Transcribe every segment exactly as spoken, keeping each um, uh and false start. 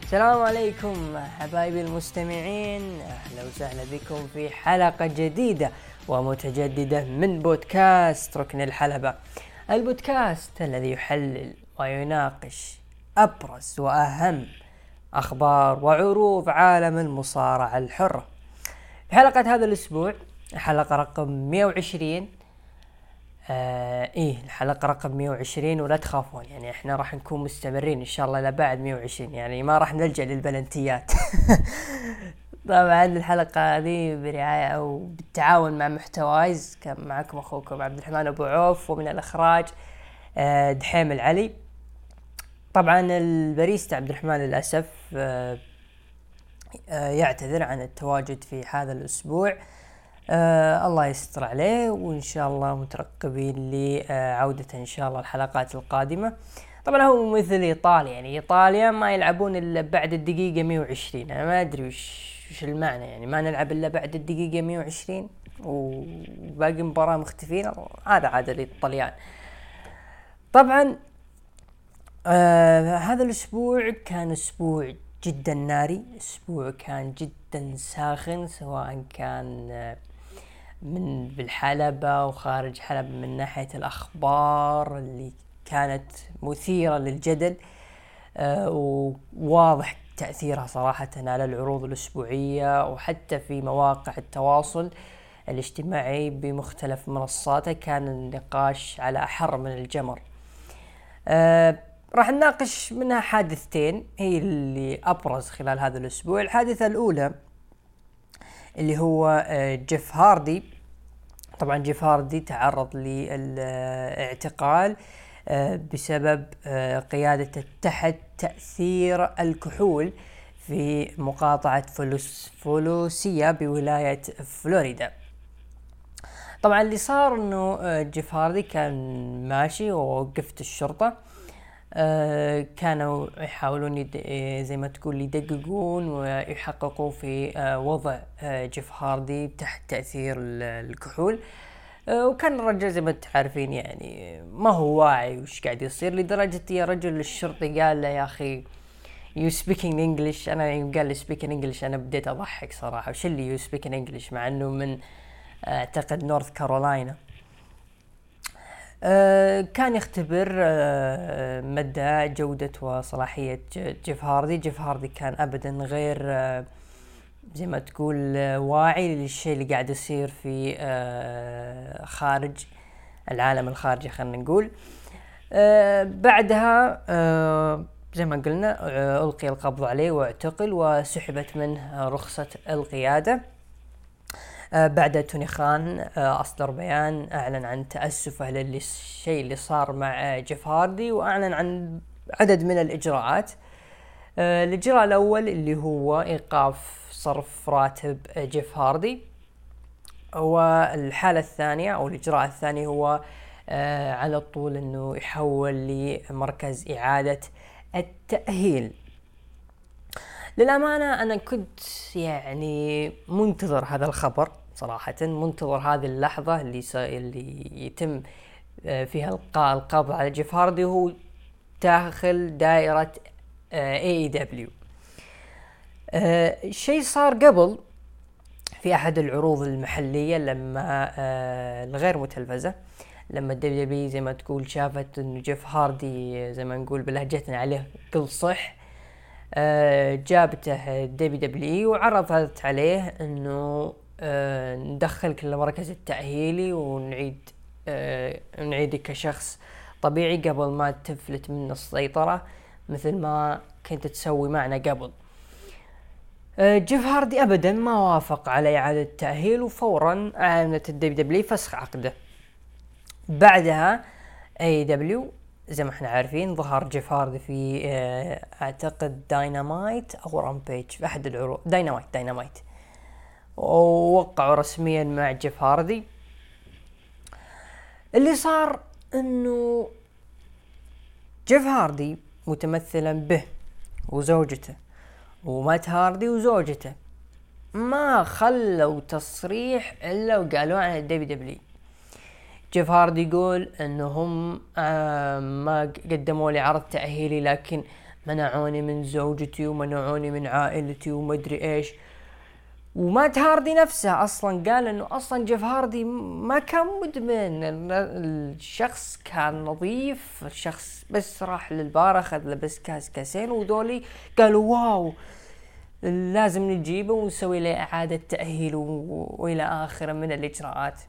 السلام عليكم حبايبي المستمعين، أهلا وسهلا بكم في حلقة جديدة ومتجددة من بودكاست ركن الحلبة، البودكاست الذي يحلل ويناقش أبرز وأهم أخبار وعروض عالم المصارعة الحرة. في حلقة هذا الأسبوع حلقة رقم مئة وعشرين، آه ايه الحلقة رقم مئة وعشرين، ولا تخافون يعني احنا راح نكون مستمرين ان شاء الله لبعد مئة وعشرين، يعني ما راح نلجأ للبلنتيات. طبعا الحلقة هذه برعاية او بالتعاون مع محتوايز، كان معكم اخوكم عبد الرحمن ابو عوف، ومن الاخراج آه دحيم العلي. طبعا الباريستا عبد الرحمن للاسف آه آه يعتذر عن التواجد في هذا الاسبوع، آه الله يستر عليه، وإن شاء الله مترقبين لعودة إن شاء الله الحلقات القادمة. طبعا هو مثل إيطاليا، يعني إيطاليا ما يلعبون إلا بعد الدقيقة مئة وعشرين، أنا ما أدري وش, وش المعنى، يعني ما نلعب إلا بعد الدقيقة مئة وعشرين وباقي مباراة مختفين، هذا عادة للطليان. طبعا آه هذا الأسبوع كان أسبوع جدا ناري، أسبوع كان جدا ساخن، سواء كان آه من بالحلبة وخارج حلبة، من ناحية الأخبار اللي كانت مثيرة للجدل آه وواضح تأثيرها صراحة على العروض الأسبوعية، وحتى في مواقع التواصل الاجتماعي بمختلف منصاته كان النقاش على أحر من الجمر. آه راح نناقش منها حادثتين هي اللي أبرز خلال هذا الأسبوع. الحادثة الأولى اللي هو آه جيف هاردي. طبعا جيف هاردي تعرض للاعتقال بسبب قيادته تحت تأثير الكحول في مقاطعة فلوس فلوسية بولاية فلوريدا. طبعا اللي صار انه جيف هاردي كان ماشي ووقفت الشرطة، كانوا يحاولون زي ما تقول يدققون ويحققوا في وضع جيف هاردي تحت تأثير الكحول، وكان الرجل زي ما تعرفين يعني ما هو واعي وش قاعد يصير، لدرجة يا رجل الشرطي قال له يا أخي you speaking English. أنا يوم قال لي speaking English أنا بديت أضحك صراحة، وش اللي you speaking English مع أنه من أعتقد نورث كارولاينا. أه كان يختبر أه مدى جودة وصلاحية جيف هاردي. جيف هاردي كان أبدا غير أه زي ما تقول أه واعي للشيء اللي قاعد يصير في أه خارج العالم الخارجي خلنا نقول. أه بعدها أه زي ما قلنا أه ألقي القبض عليه واعتقل، وسحبت منه رخصة القيادة. آه بعد توني خان آه أصدر بيان أعلن عن تأسفه للشيء اللي صار مع آه جيف هاردي، وأعلن عن عدد من الإجراءات. آه الإجراء الأول اللي هو إيقاف صرف راتب آه جيف هاردي، والحالة الثانية أو الإجراء الثاني هو آه على طول أنه يحول لمركز إعادة التأهيل. للأمانة أنا كنت يعني منتظر هذا الخبر صراحة، منتظر هذه اللحظة اللي اللي يتم فيها القاء القبض على جيف هاردي وهو داخل دائرة إيه إي دبليو. الشيء صار قبل في أحد العروض المحلية لما الغير متلفزة، لما الدبليو دبليو زي ما تقول شافت إنه جيف هاردي زي ما نقول بلهجتنا عليه قل صح، آه جابته دبليو دبليو وعرضت عليه انه آه ندخلك للمركز التأهيلي ونعيد آه نعيدك كشخص طبيعي قبل ما تفلت من السيطرة مثل ما كنت تسوي معنا قبل. آه جيف هاردي ابدا ما وافق على اعادة التأهيل، وفورا اعلنت الدبليو دبليو فسخ عقده. بعدها اي دبليو زي ما احنا عارفين ظهر جيف هاردي في اه اعتقد داينامايت او رامبيج في احد العروض، داينامايت داينامايت ووقعوا رسميا مع جيف هاردي. اللي صار انه جيف هاردي متمثلا به وزوجته ومات هاردي وزوجته ما خلوا تصريح الا وقالوا عن الدبليو دبليو. جيف هاردي يقول انهم آه ما قدموا لي عرض تأهيلي، لكن منعوني من زوجتي ومنعوني من عائلتي ومدري ايش. ومات هاردي نفسه اصلا قال انه اصلا جيف هاردي ما كان مدمن، الشخص كان نظيف، الشخص بس راح للبار اخذ له بس كاس كاسين، وذولي قالوا واو لازم نجيبه ونسوي له اعادة تأهيل و... والى اخره من الاجراءات.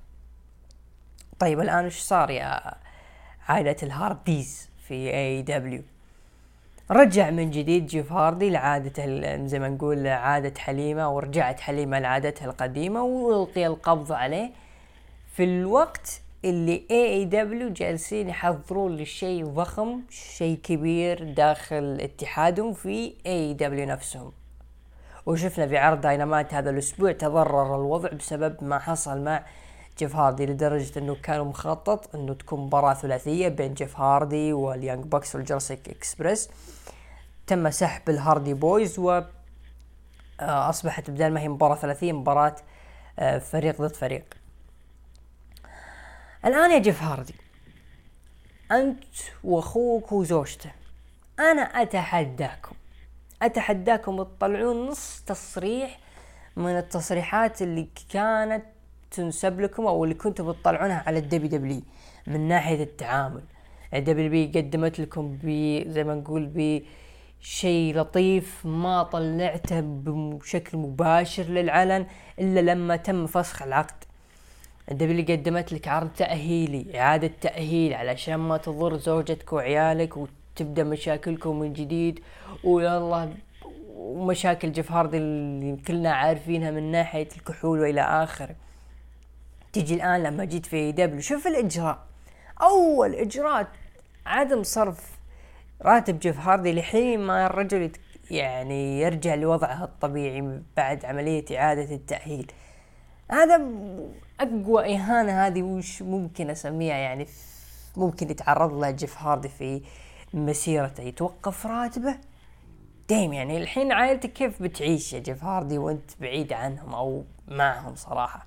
طيب الان ايش صار يا عائلة الهارديز في اي دبليو؟ رجع من جديد جيف هاردي لعادته زي ما نقول عادة حليمة، ورجعت حليمة لعادتها القديمة وألقي القبض عليه في الوقت اللي اي اي دبليو جالسين يحضرون لشيء ضخم، شيء كبير داخل اتحادهم في اي دبليو نفسهم. وشفنا في عرض داينامايت هذا الأسبوع تضرر الوضع بسبب ما حصل مع جيف هاردي، لدرجة انه كانوا مخطط انه تكون مباراة ثلاثية بين جيف هاردي واليانج بوكس والجراسيك اكسبريس. تم سحب الهاردي بويز واصبحت بدل ما هي مباراة ثلاثية مباراة فريق ضد فريق. الان يا جيف هاردي انت واخوك وزوجته، انا اتحداكم اتحداكم تطلعون نص تصريح من التصريحات اللي كانت تنسب لكم او اللي كنتم بتطلعونها على الدبليو دبليو من ناحية التعامل. الدبليو دبليو قدمت لكم ب زي ما نقول بشيء لطيف، ما طلعته بشكل مباشر للعلن الا لما تم فسخ العقد. الدبليو قدمت لك عرض تأهيلي، اعادة تأهيل علشان ما تضر زوجتك وعيالك وتبدأ مشاكلكم من جديد، ويلا ومشاكل جيف هاردي اللي كلنا عارفينها من ناحية الكحول والى اخره. تيجي الان لما جيت في اي دبليو شوف الاجراء، اول اجراء عدم صرف راتب جيف هاردي لحين ما الرجل يعني يرجع لوضعه الطبيعي بعد عملية اعادة التأهيل. هذا اقوى اهانة هذه وش ممكن اسميها، يعني ممكن يتعرض لها جيف هاردي في مسيرته، يتوقف راتبه دايم. يعني الحين عائلتك كيف بتعيش يا جيف هاردي وانت بعيد عنهم او معهم صراحة؟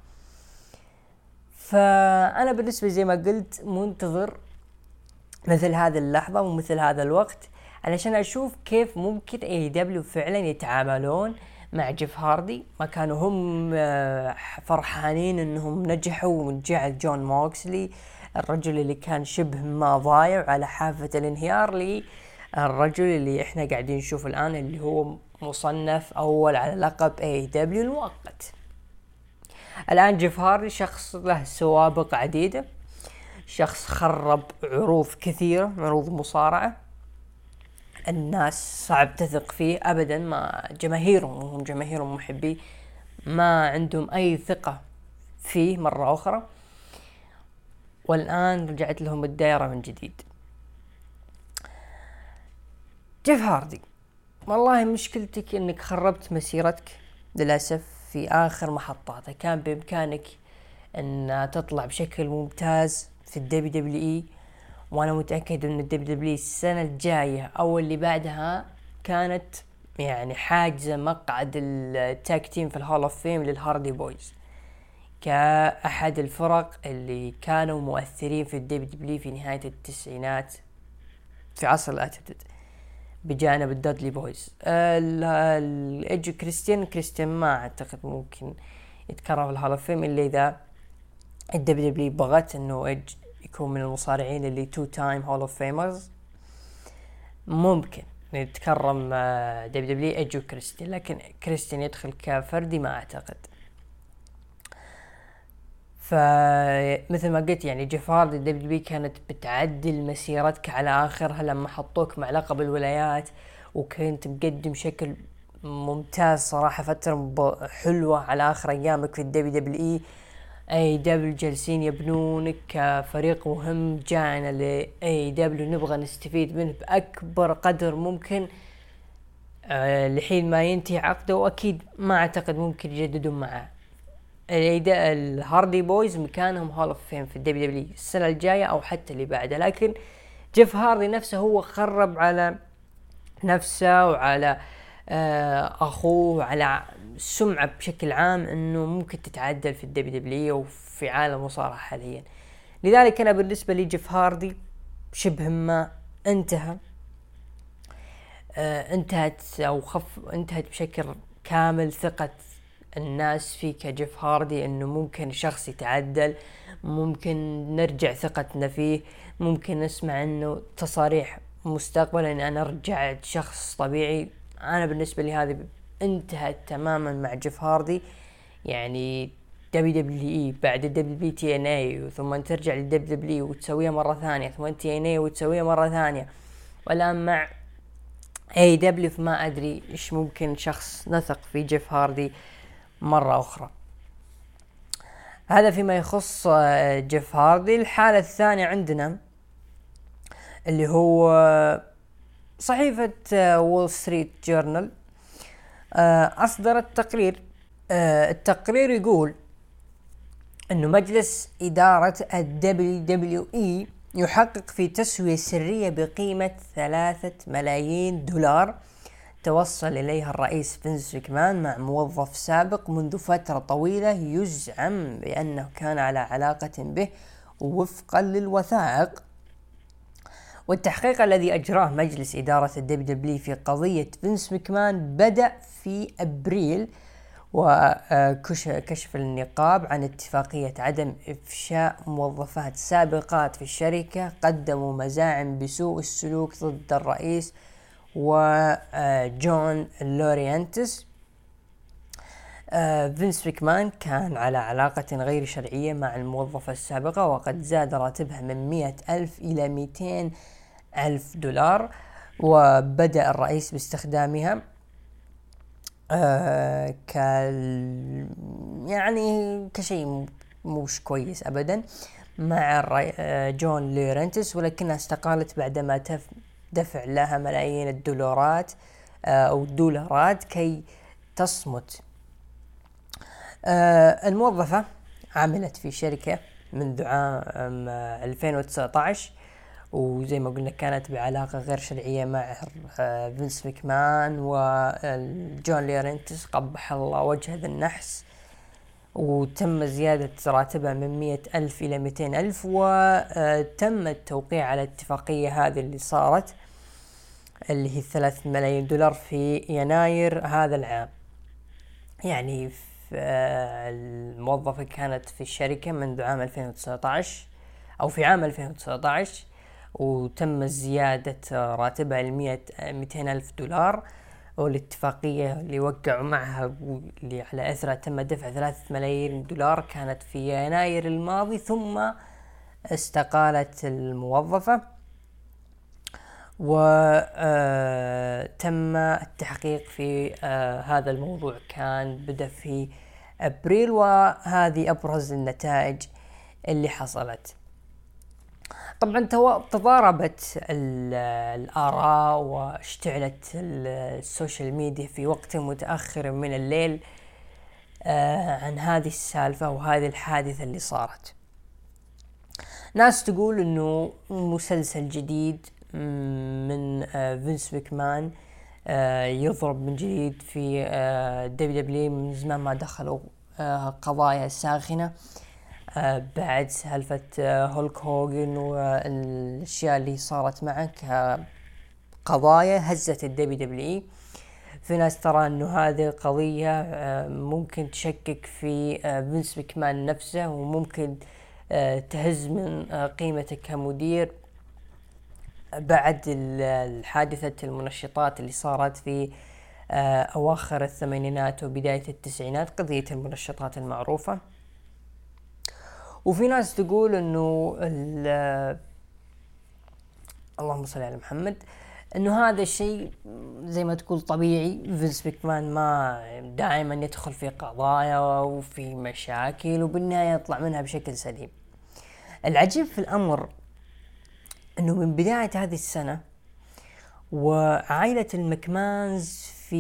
فأنا بالنسبة زي ما قلت منتظر مثل هذه اللحظة ومثل هذا الوقت علشان أشوف كيف ممكن اي دبليو فعلا يتعاملون مع جيف هاردي. ما كانوا هم فرحانين انهم نجحوا ونجعل جون موكسلي الرجل اللي كان شبه ما ضايع على حافة الانهيار للرجل اللي احنا قاعدين نشوف الآن اللي هو مصنف أول على لقب اي دبليو المؤقت. الآن جيف هاردي شخص له سوابق عديدة، شخص خرب عروض كثيرة، عروض مصارعة الناس صعب تثق فيه أبدا، ما جماهيرهم وهم جماهيرهم محبي ما عندهم أي ثقة فيه مرة أخرى، والآن رجعت لهم الدائرة من جديد. جيف هاردي والله مشكلتك انك خربت مسيرتك للأسف في آخر محطاتها. كان بإمكانك أن تطلع بشكل ممتاز في الدبليو دبليو إي، وأنا متأكد أن الدبليو دبليو إي السنة الجاية أو اللي بعدها كانت يعني حاجزة مقعد التاج تيم في الهول اوف فيم للهاردي بويز كأحد الفرق اللي كانوا مؤثرين في الدبليو دبليو إي في نهاية التسعينات في عصر الأتيتود بجانب الدادلي بويز. الإيدج كريستيان كريستيان ما أعتقد ممكن يتكرر في الهول اوف فيم إلا إذا الدبليو دبليو بغت إنه إيدج يكون من المصارعين اللي تو تايم هول اوف فيمرز، ممكن يتكرم دبليو دبليو إيدج وكريستيان، لكن كريستيان يدخل كفردي ما أعتقد. فمثل ما قلت يعني جيف هاردي الدبليو دبليو كانت بتعدل مسيرتك على آخرها لما حطوك مع لقب الولايات، وكنت مقدم شكل ممتاز صراحة، فترة حلوة على آخر أيامك في الدبليو دبليو إي. اي دبليو جالسين يبنونك كفريق مهم، جانا لاي دبليو نبغى نستفيد منه باكبر قدر ممكن أه لحين ما ينتهي عقده، واكيد ما اعتقد ممكن يجددون معه. الهاردي بويز مكانهم هول اوف فيم في الدبليو دبليو السنه الجايه او حتى اللي بعدها، لكن جيف هاردي نفسه هو خرب على نفسه وعلى اخوه وعلى السمعة بشكل عام انه ممكن تتعدل في الدبليو دبليو وفي عالم المصارعة حاليا. لذلك انا بالنسبة لي جيف هاردي شبه ما انتهى آه انتهت او خف انتهت بشكل كامل ثقة الناس فيه كجيف هاردي، انه ممكن شخص يتعدل، ممكن نرجع ثقتنا فيه، ممكن نسمع انه تصاريح مستقبلا ان انا رجعت شخص طبيعي. انا بالنسبة لي هذه انتهت تماما مع جيف هاردي. يعني دبليو دبليو اي بعد دبليو بي تي ان اي ثم ترجع للدبليو دبليو وتسويها مرة ثانية، ثم تي ان اي وتسويها مرة ثانية، والان مع اي دبليو، فما ادري ايش ممكن شخص نثق في جيف هاردي مرة اخرى. هذا فيما يخص جيف هاردي. الحالة الثانية عندنا اللي هو صحيفة وول ستريت جورنال أصدرت تقرير. التقرير يقول أنه مجلس إدارة الدبليو دبليو إي يحقق في تسوية سرية بقيمة ثلاثة ملايين دولار توصل إليها الرئيس فينس ماكمان مع موظف سابق منذ فترة طويلة يزعم بأنه كان على علاقة به وفقا للوثائق. والتحقيق الذي أجراه مجلس إدارة الدبليو دبليو في قضية فينس ماكمان بدأ في أبريل، وكشف النقاب عن اتفاقية عدم إفشاء موظفات سابقات في الشركة قدموا مزاعم بسوء السلوك ضد الرئيس وجون لورينتس. فينس ماكمان كان على علاقة غير شرعية مع الموظفة السابقة، وقد زاد راتبها من مئة ألف إلى مئتين ألف دولار، وبدأ الرئيس باستخدامها آه كال يعني كشيء مش كويس أبدا مع آه جون لورينتس، ولكنها استقالت بعدما تف دفع لها ملايين الدولارات آه أو الدولارات كي تصمت. آه الموظفة عملت في شركة منذ عام ألفين وتسعة عشر، وزي ما قلنا كانت بعلاقة غير شرعية مع آه فينس ماكمان وجون لورينتس، قبح الله وجه ذا النحس، وتم زيادة راتبها من مئة ألف إلى مئتين ألف، وتم التوقيع على الاتفاقية هذه اللي صارت اللي هي ثلاثة ملايين دولار في يناير هذا العام. يعني الموظفة كانت في الشركة منذ عام ألفين وتسعة عشر أو في عام ألفين وتسعة عشر، وتم زيادة راتبها لمئة مئتين ألف دولار، والاتفاقية اللي وقعوا معها اللي على أثرها تم دفع ثلاثة ملايين دولار كانت في يناير الماضي. ثم استقالت الموظفة، وتم التحقيق في هذا الموضوع كان بدأ في أبريل، وهذه أبرز النتائج اللي حصلت. طبعا تضاربت الآراء واشتعلت السوشيال ميديا في وقت متأخر من الليل عن هذه السالفة وهذه الحادثة اللي صارت. ناس تقول انه مسلسل جديد من فينس ماكمان يضرب من جديد في دبليو دبليو، من زمان ما دخلوا قضايا ساخنة بعد سالفة هولك هوغن والاشياء اللي صارت معه كقضايا هزت الدبليو دبليو. في ناس ترى انه هذه القضية ممكن تشكك في فينس ماكمان نفسه، وممكن تهز من قيمته كمدير بعد الحادثة المنشطات اللي صارت في أواخر الثمانينات وبداية التسعينات، قضية المنشطات المعروفة. وفي ناس تقول انه اللهم صل على محمد انه هذا الشيء زي ما تقول طبيعي، فينس ماكمان ما دائما يدخل في قضايا وفي مشاكل وبالنهاية يطلع منها بشكل سليم. العجيب في الأمر أنه من بداية هذه السنة وعائلة المكمانز في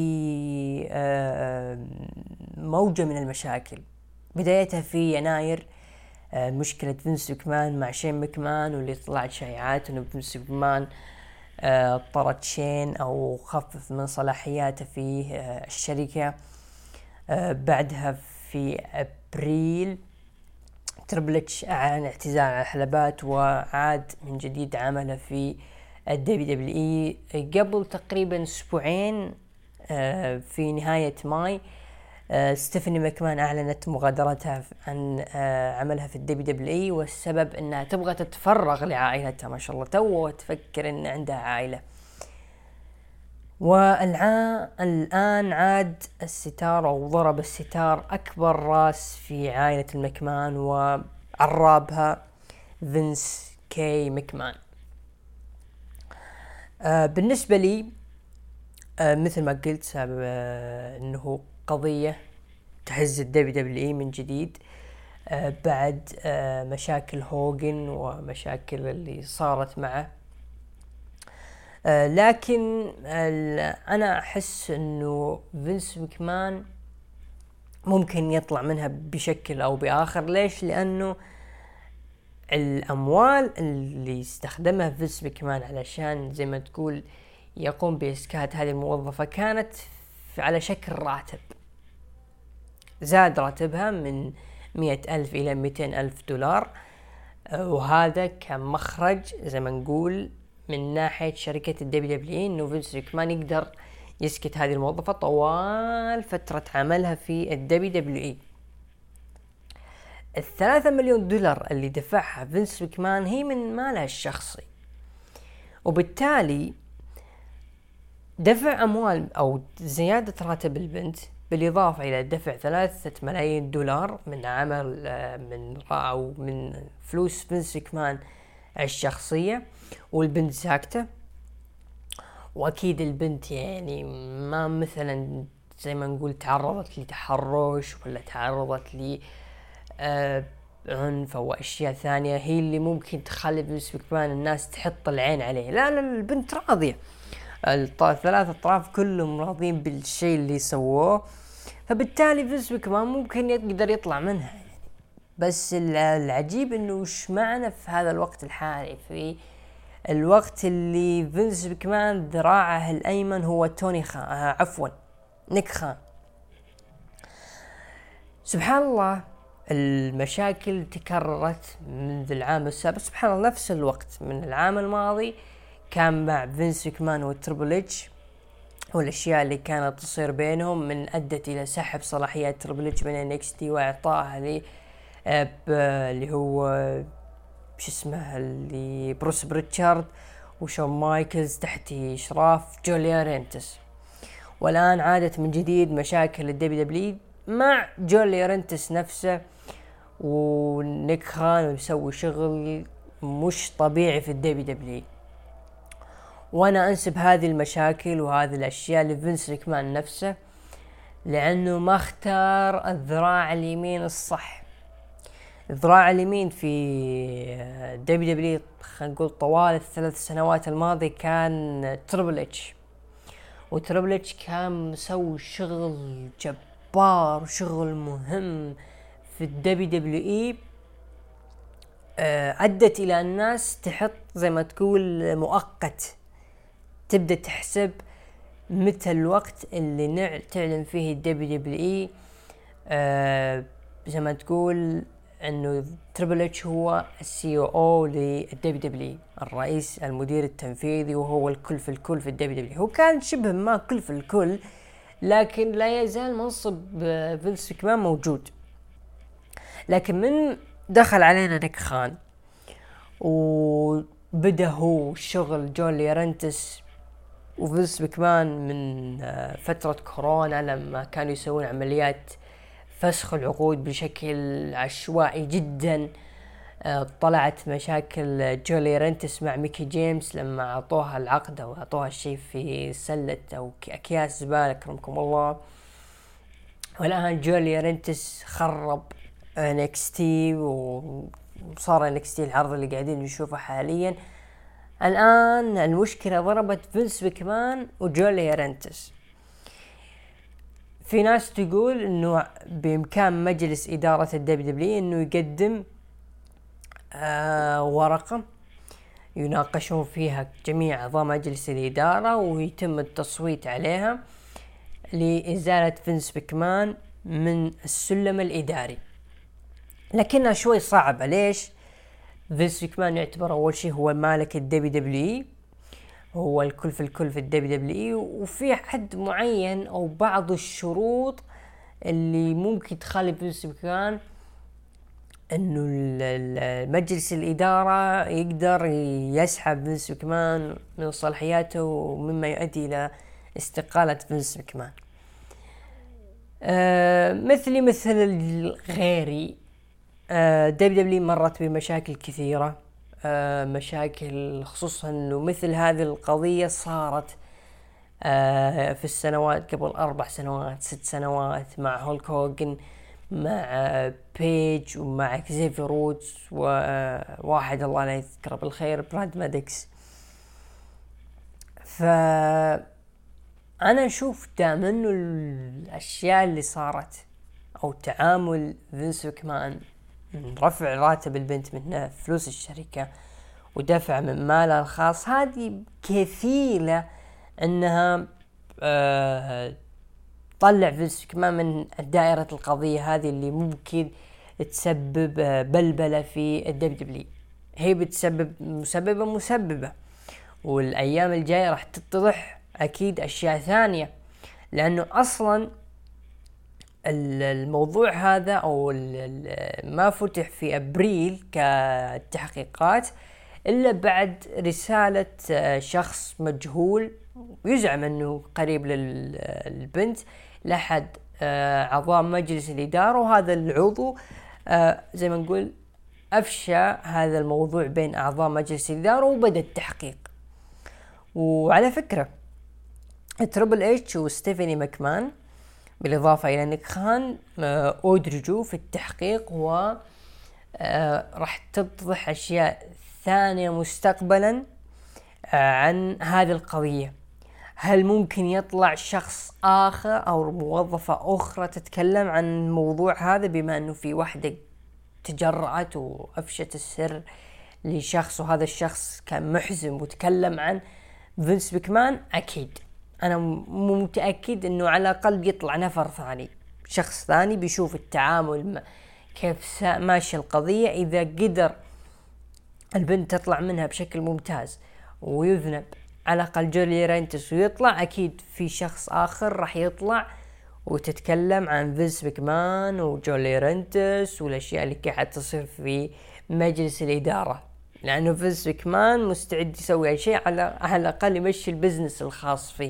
موجة من المشاكل، بدايتها في يناير مشكلة فينس ماكمان مع شين ماكمان، واللي طلعت شائعات أنه فينس ماكمان طرد شين أو خفف من صلاحياته في الشركة. بعدها في أبريل تريبل اتش أعلن اعتزال عن الحلبات وعاد من جديد عمله في الدبليو دبليو اي قبل تقريبا اسبوعين في نهاية ماي. ستيفاني ماكمان اعلنت مغادرتها عن عملها في الدبليو دبليو اي، والسبب انها تبغى تتفرغ لعائلتها. ما شاء الله تو تفكر ان عندها عائلة. والآن الآن عاد الستار أو ضرب الستار أكبر راس في عائلة المكمان وعرابها فينس كي مكمان. آه بالنسبة لي آه مثل ما قلت آه إنه قضية تهز الدبليو دبليو اي من جديد آه بعد آه مشاكل هوجن ومشاكل اللي صارت معه. آه لكن أنا أحس إنه فينس ماكمان ممكن يطلع منها بشكل أو بآخر. ليش؟ لأنه الأموال اللي استخدمها فينس ماكمان علشان زي ما تقول يقوم بإسكات هذه الموظفة كانت على شكل راتب. زاد راتبها من مئة ألف إلى مئتين ألف دولار، آه وهذا كان مخرج زي ما نقول من ناحية شركة الدبليو دبليو اي انه فينس ماكمان يقدر يسكت هذه الموظفة طوال فترة عملها في الدبليو دبليو اي. الثلاثة مليون دولار اللي دفعها فينس ماكمان هي من ماله الشخصي، وبالتالي دفع اموال او زيادة راتب البنت بالاضافة الى دفع ثلاثة ملايين دولار من عمل من او من فلوس فينس ماكمان الشخصية، والبنت ساكتة. واكيد البنت يعني ما مثلا زي ما نقول تعرضت لتحرش ولا تعرضت ل آه عنف او اشياء ثانية هي اللي ممكن تخلي فينس ماكمان الناس تحط العين عليه. لا لا البنت راضية، الثلاثة اطراف كلهم راضين بالشيء اللي سووه، فبالتالي فينس ماكمان ممكن يقدر يطلع منها يعني. بس العجيب انه وش معنى في هذا الوقت الحالي، في الوقت اللي فينس ماكمان ذراعه الايمن هو توني خان آه عفوا نيك خان. سبحان الله المشاكل تكررت منذ العام السابق. سبحان الله نفس الوقت من العام الماضي كان مع فينس ماكمان وتريبل اتش، والاشياء اللي كانت تصير بينهم من ادت الى سحب صلاحيات تريبل اتش من انكس تي واعطائها لي اللي هو شو اسمه اللي بروس بريتشارد وشون مايكلز تحت اشراف جوليا رينتس. والان عادت من جديد مشاكل الدبليو دبليو مع جوليا رينتس نفسه، ونيك خان يسوي شغل مش طبيعي في الدبليو دبليو. وانا انسب هذه المشاكل وهذه الاشياء لفينس ماكمان نفسه، لانه ما اختار الذراع اليمين الصح. الذراع اليمين في دبليو دبليو خلينا نقول طوال الثلاث سنوات الماضية كان تريبل اتش، وتريبل اتش كان مسوي شغل جبار وشغل مهم في الدبليو دبليو اي ادت الى الناس تحط زي ما تقول مؤقت، تبدأ تحسب متى الوقت اللي تعلن فيه الدبليو دبليو اي آه زي ما تقول انه تريبل اتش هو السي او او للدبليو دبليو، الرئيس المدير التنفيذي، وهو الكل في الكل في الدبليو دبليو. هو كان شبه ما كل في الكل، لكن لا يزال منصب فينس ماكمان موجود. لكن من دخل علينا نيك خان وبدأ هو شغل جولي رينتس وفينس ماكمان من فترة كورونا لما كانوا يسوون عمليات فسخ العقود بشكل عشوائي جدا. طلعت مشاكل جولي رينتس مع ميكي جيمس لما اعطوها العقد او اعطوها الشيء في سلة او اكياس زبالة اكرمكم الله. والان جولي رينتس خرب ان اكس تي وصار ان اكس تي العرض اللي قاعدين نشوفه حاليا. الان المشكلة ضربت فينس ماكمان وجولي رينتس. في ناس تقول انه بامكان مجلس ادارة الدبليو دبليو انه يقدم آه ورقة يناقشون فيها جميع اعضاء مجلس الادارة ويتم التصويت عليها لازالة فينس ماكمان من السلم الاداري، لكنها شوي صعبة. ليش؟ فينس ماكمان يعتبر اول شيء هو مالك الدبليو دبليو هو الكل في الكل في الدبليو دبليو اي، وفي حد معين او بعض الشروط اللي ممكن تخلي فينس ماكمان انه مجلس الادارة يقدر يسحب فينس ماكمان من صلاحياته، مما يؤدي الى استقالة فينس ماكمان. آه مثلي مثل غيري، آه دبليو دبليو مرت بمشاكل كثيرة، آه مشاكل خصوصا انه مثل هذه القضية صارت آه في السنوات قبل اربع سنوات ست سنوات مع هولك هوجن، مع بيج، ومع اكزيفير رودز، وواحد الله لا يذكره بالخير براد مادكس. ف انا اشوف دائما انه الاشياء اللي صارت او تعامل فينس ماكمان من رفع راتب البنت من فلوس الشركة ودفع من ماله الخاص، هذه كفيلة انها أه طلع فينس ماكمان من دائرة القضية هذه اللي ممكن تسبب بلبلة في الدبليو دبليو. هي بتسبب مسببة مسببة، والايام الجاية راح تتضح اكيد اشياء ثانية، لانه اصلا الموضوع هذا او ما فتح في ابريل كتحقيقات الا بعد رسالة شخص مجهول يزعم انه قريب للبنت لحد اعضاء مجلس الادارة، وهذا العضو زي ما نقول افشى هذا الموضوع بين اعضاء مجلس الادارة وبدأ التحقيق. وعلى فكرة تريبل اتش وستيفاني ماكمان بالإضافة إلى نيك خان أدرجوا في التحقيق، و راح تتضح أشياء ثانية مستقبلا عن هذه القضية. هل ممكن يطلع شخص آخر أو موظفة أخرى تتكلم عن الموضوع هذا، بما أنه في واحدة تجرأت وأفشت السر لشخص، وهذا الشخص كان محزن وتكلم عن فينس ماكمان؟ أكيد أنا متأكد أنه على الأقل بيطلع نفر ثاني، شخص ثاني بيشوف التعامل كيف ماشي القضية. إذا قدر البنت تطلع منها بشكل ممتاز ويذنب على الأقل جولي رينتس ويطلع، أكيد في شخص آخر راح يطلع وتتكلم عن فينس ماكمان وجولي رينتس والأشياء اللي قاعد تصير في مجلس الإدارة، لأنه فينس ماكمان مستعد يسوي أي شيء على على الأقل يمشي البزنس الخاص فيه.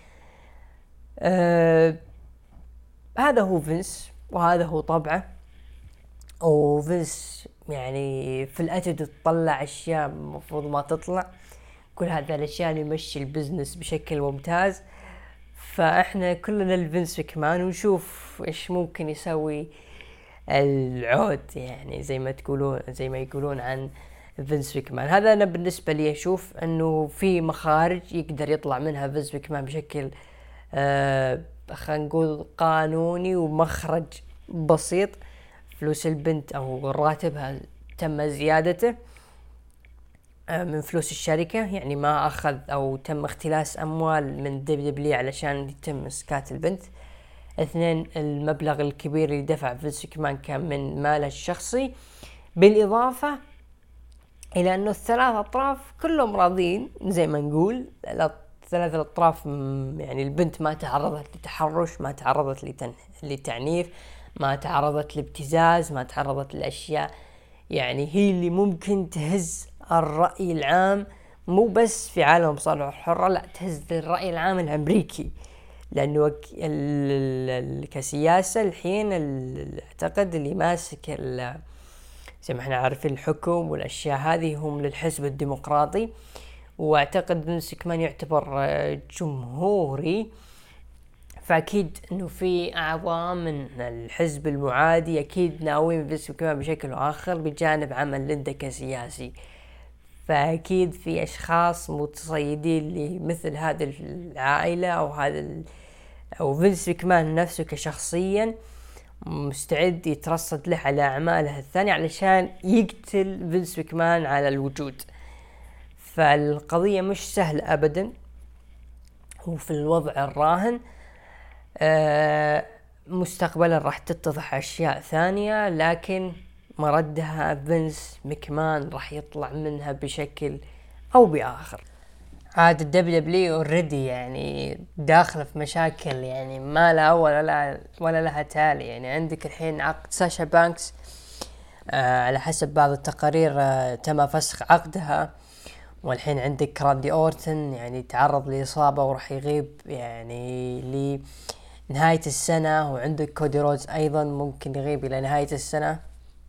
آه هذا هو فينس وهذا هو طبعه. وفينس يعني في الأتد تطلع أشياء مفروض ما تطلع، كل هذا الأشياء اللي يمشي البزنس بشكل ممتاز. فإحنا كلنا الفينس ماكمان ونشوف إيش ممكن يسوي العود، يعني زي ما تقولون زي ما يقولون عن فينس ماكمان. هذا أنا بالنسبة لي أشوف أنه في مخارج يقدر يطلع منها فينس ماكمان بشكل آه خلينا نقول قانوني ومخرج بسيط. فلوس البنت أو راتبها تم زيادته آه من فلوس الشركة، يعني ما أخذ أو تم اختلاس أموال من دبليو دبليو علشان يتم إسكات البنت. اثنين، المبلغ الكبير اللي دفع فينس ماكمان كان من ماله الشخصي، بالإضافة إلى أنه الثلاث أطراف كلهم راضين زي ما نقول. ثلاث الأطراف يعني البنت ما تعرضت لتحرش، ما تعرضت لتن... لتعنيف، ما تعرضت لابتزاز، ما تعرضت لأشياء يعني هي اللي ممكن تهز الرأي العام، مو بس في عالم مصارعة الحرة، لا تهز الرأي العام الأمريكي. لأنه كسياسة الحين أعتقد اللي ماسك زي ما احنا عارفين الحكم والأشياء هذه هم للحزب الديمقراطي، واعتقد فينس ماكمان يعتبر جمهوري، فأكيد انه في اعضاء من الحزب المعادي اكيد ناويين فينس ماكمان بشكل آخر بجانب عمل ليندا كسياسي. فأكيد في أشخاص متصيدين لمثل هذه العائلة أو هذا أو فينس ماكمان نفسه كشخصيا مستعد يترصد له على أعماله الثانية علشان يقتل فينس ماكمان على الوجود. فالقضية مش سهلة أبدا، وفي الوضع الراهن آه مستقبلا راح تتضح أشياء ثانية، لكن مردها فينس ماكمان راح يطلع منها بشكل أو بآخر. عاد الدبليو دبليو اوريدي يعني داخله في مشاكل يعني ما لها اول ولا ولا لها تالي. يعني عندك الحين عقد ساشا بانكس، آه على حسب بعض التقارير آه تم فسخ عقدها. والحين عندك راندي اورتن يعني تعرض لاصابه وراح يغيب يعني لنهايه السنه، وعندك كودي رودز ايضا ممكن يغيب الى نهايه السنه.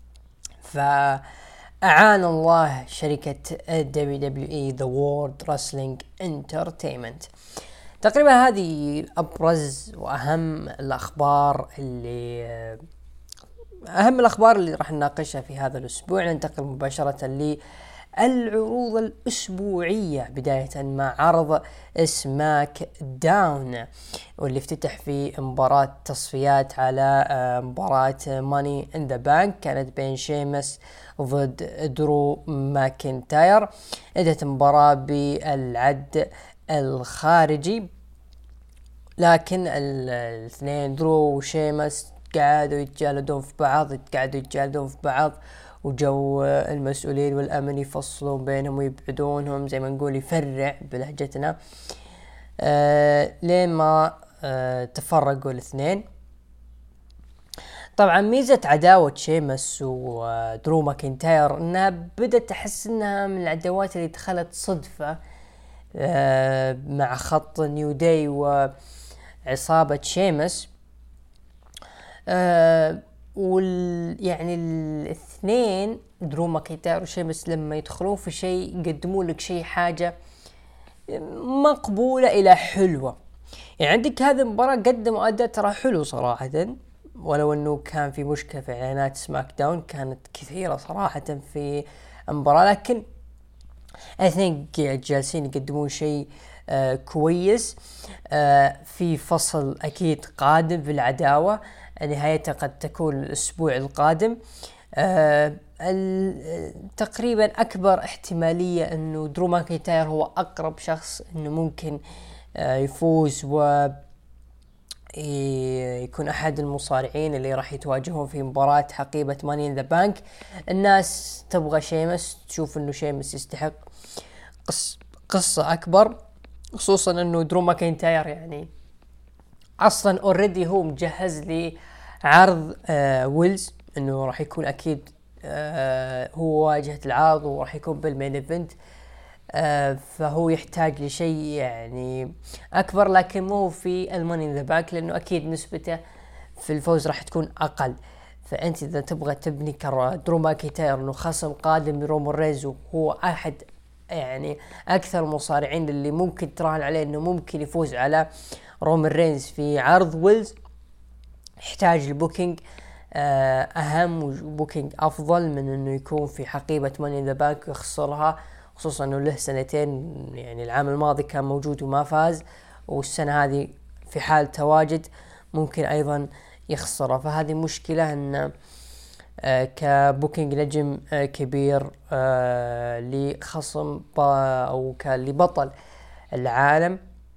فأعان الله شركة دبليو دبليو إي The World Wrestling Entertainment. تقريبا هذه أبرز وأهم الأخبار اللي أهم الأخبار اللي راح نناقشها في هذا الأسبوع. ننتقل مباشرة للعروض الأسبوعية، بداية مع عرض سماك داون، واللي افتتح في مباراة تصفيات على مباراة ماني ان ذا بانك، كانت بين شيمس ضد درو ماكنتاير. انتهت المباراة بالعد الخارجي، لكن الاثنين درو وشيمس قعدوا يتجالدون في بعض قعدوا يتجالدون في بعض وجو المسؤولين والأمن يفصلون بينهم ويبعدونهم، زي ما نقول يفرع بلهجتنا، آه لين ما آه تفرقوا الاثنين. طبعا ميزة عداوة شيمس ودرو ماكنتاير انها بدأت تحس انها من العداوات اللي دخلت صدفة آه مع خط نيو داي وعصابة شيمس. آه وال يعني الاثنين درو ماكنتاير وشيمس لما يدخلون في شيء يقدمون لك شيء حاجة مقبولة إلى حلوة. يعني عندك هذه المباراة قدموا أداء ترى حلو صراحة، ولو أنه كان في مشكلة في إعلانات سماك داون كانت كثيرة صراحة في المباراة، لكن الاثنين جالسين يقدمون شيء آه كويس. آه في فصل أكيد قادم في العداوة، نهايتها قد تكون الأسبوع القادم. آه تقريبا أكبر احتمالية أنه درو ماكنتاير هو أقرب شخص أنه ممكن آه يفوز و يكون أحد المصارعين اللي راح يتواجهون في مباراة حقيبة ماني ان ذا بانك. الناس تبغى شيمس، تشوف أنه شيمس يستحق قص قصة أكبر، خصوصا أنه درو ماكنتاير يعني أصلا اوريدي هو مجهز لي عرض آه ويلز، انه راح يكون اكيد آه هو واجهة العرض وراح يكون بالمين ايفنت. آه فهو يحتاج لشيء يعني اكبر، لكن مو في الماني ان ذا باك، لانه اكيد نسبته في الفوز راح تكون اقل. فانت اذا تبغى تبني درو ماكنتاير انه خصم قادم رومان رينز، وهو احد يعني اكثر المصارعين اللي ممكن تراهن عليه انه ممكن يفوز على رومان رينز في عرض ويلز، يحتاج البوكينج اهم وبوكينج افضل من انه يكون في حقيبة ماني ان ذا بانك يخسرها، خصوصا انه له سنتين. يعني العام الماضي كان موجود وما فاز، والسنة هذه في حال تواجد ممكن ايضا يخسرها. فهذه مشكلة ان آه كبوكينج نجم آه كبير آه لخصم او كلبطل العالم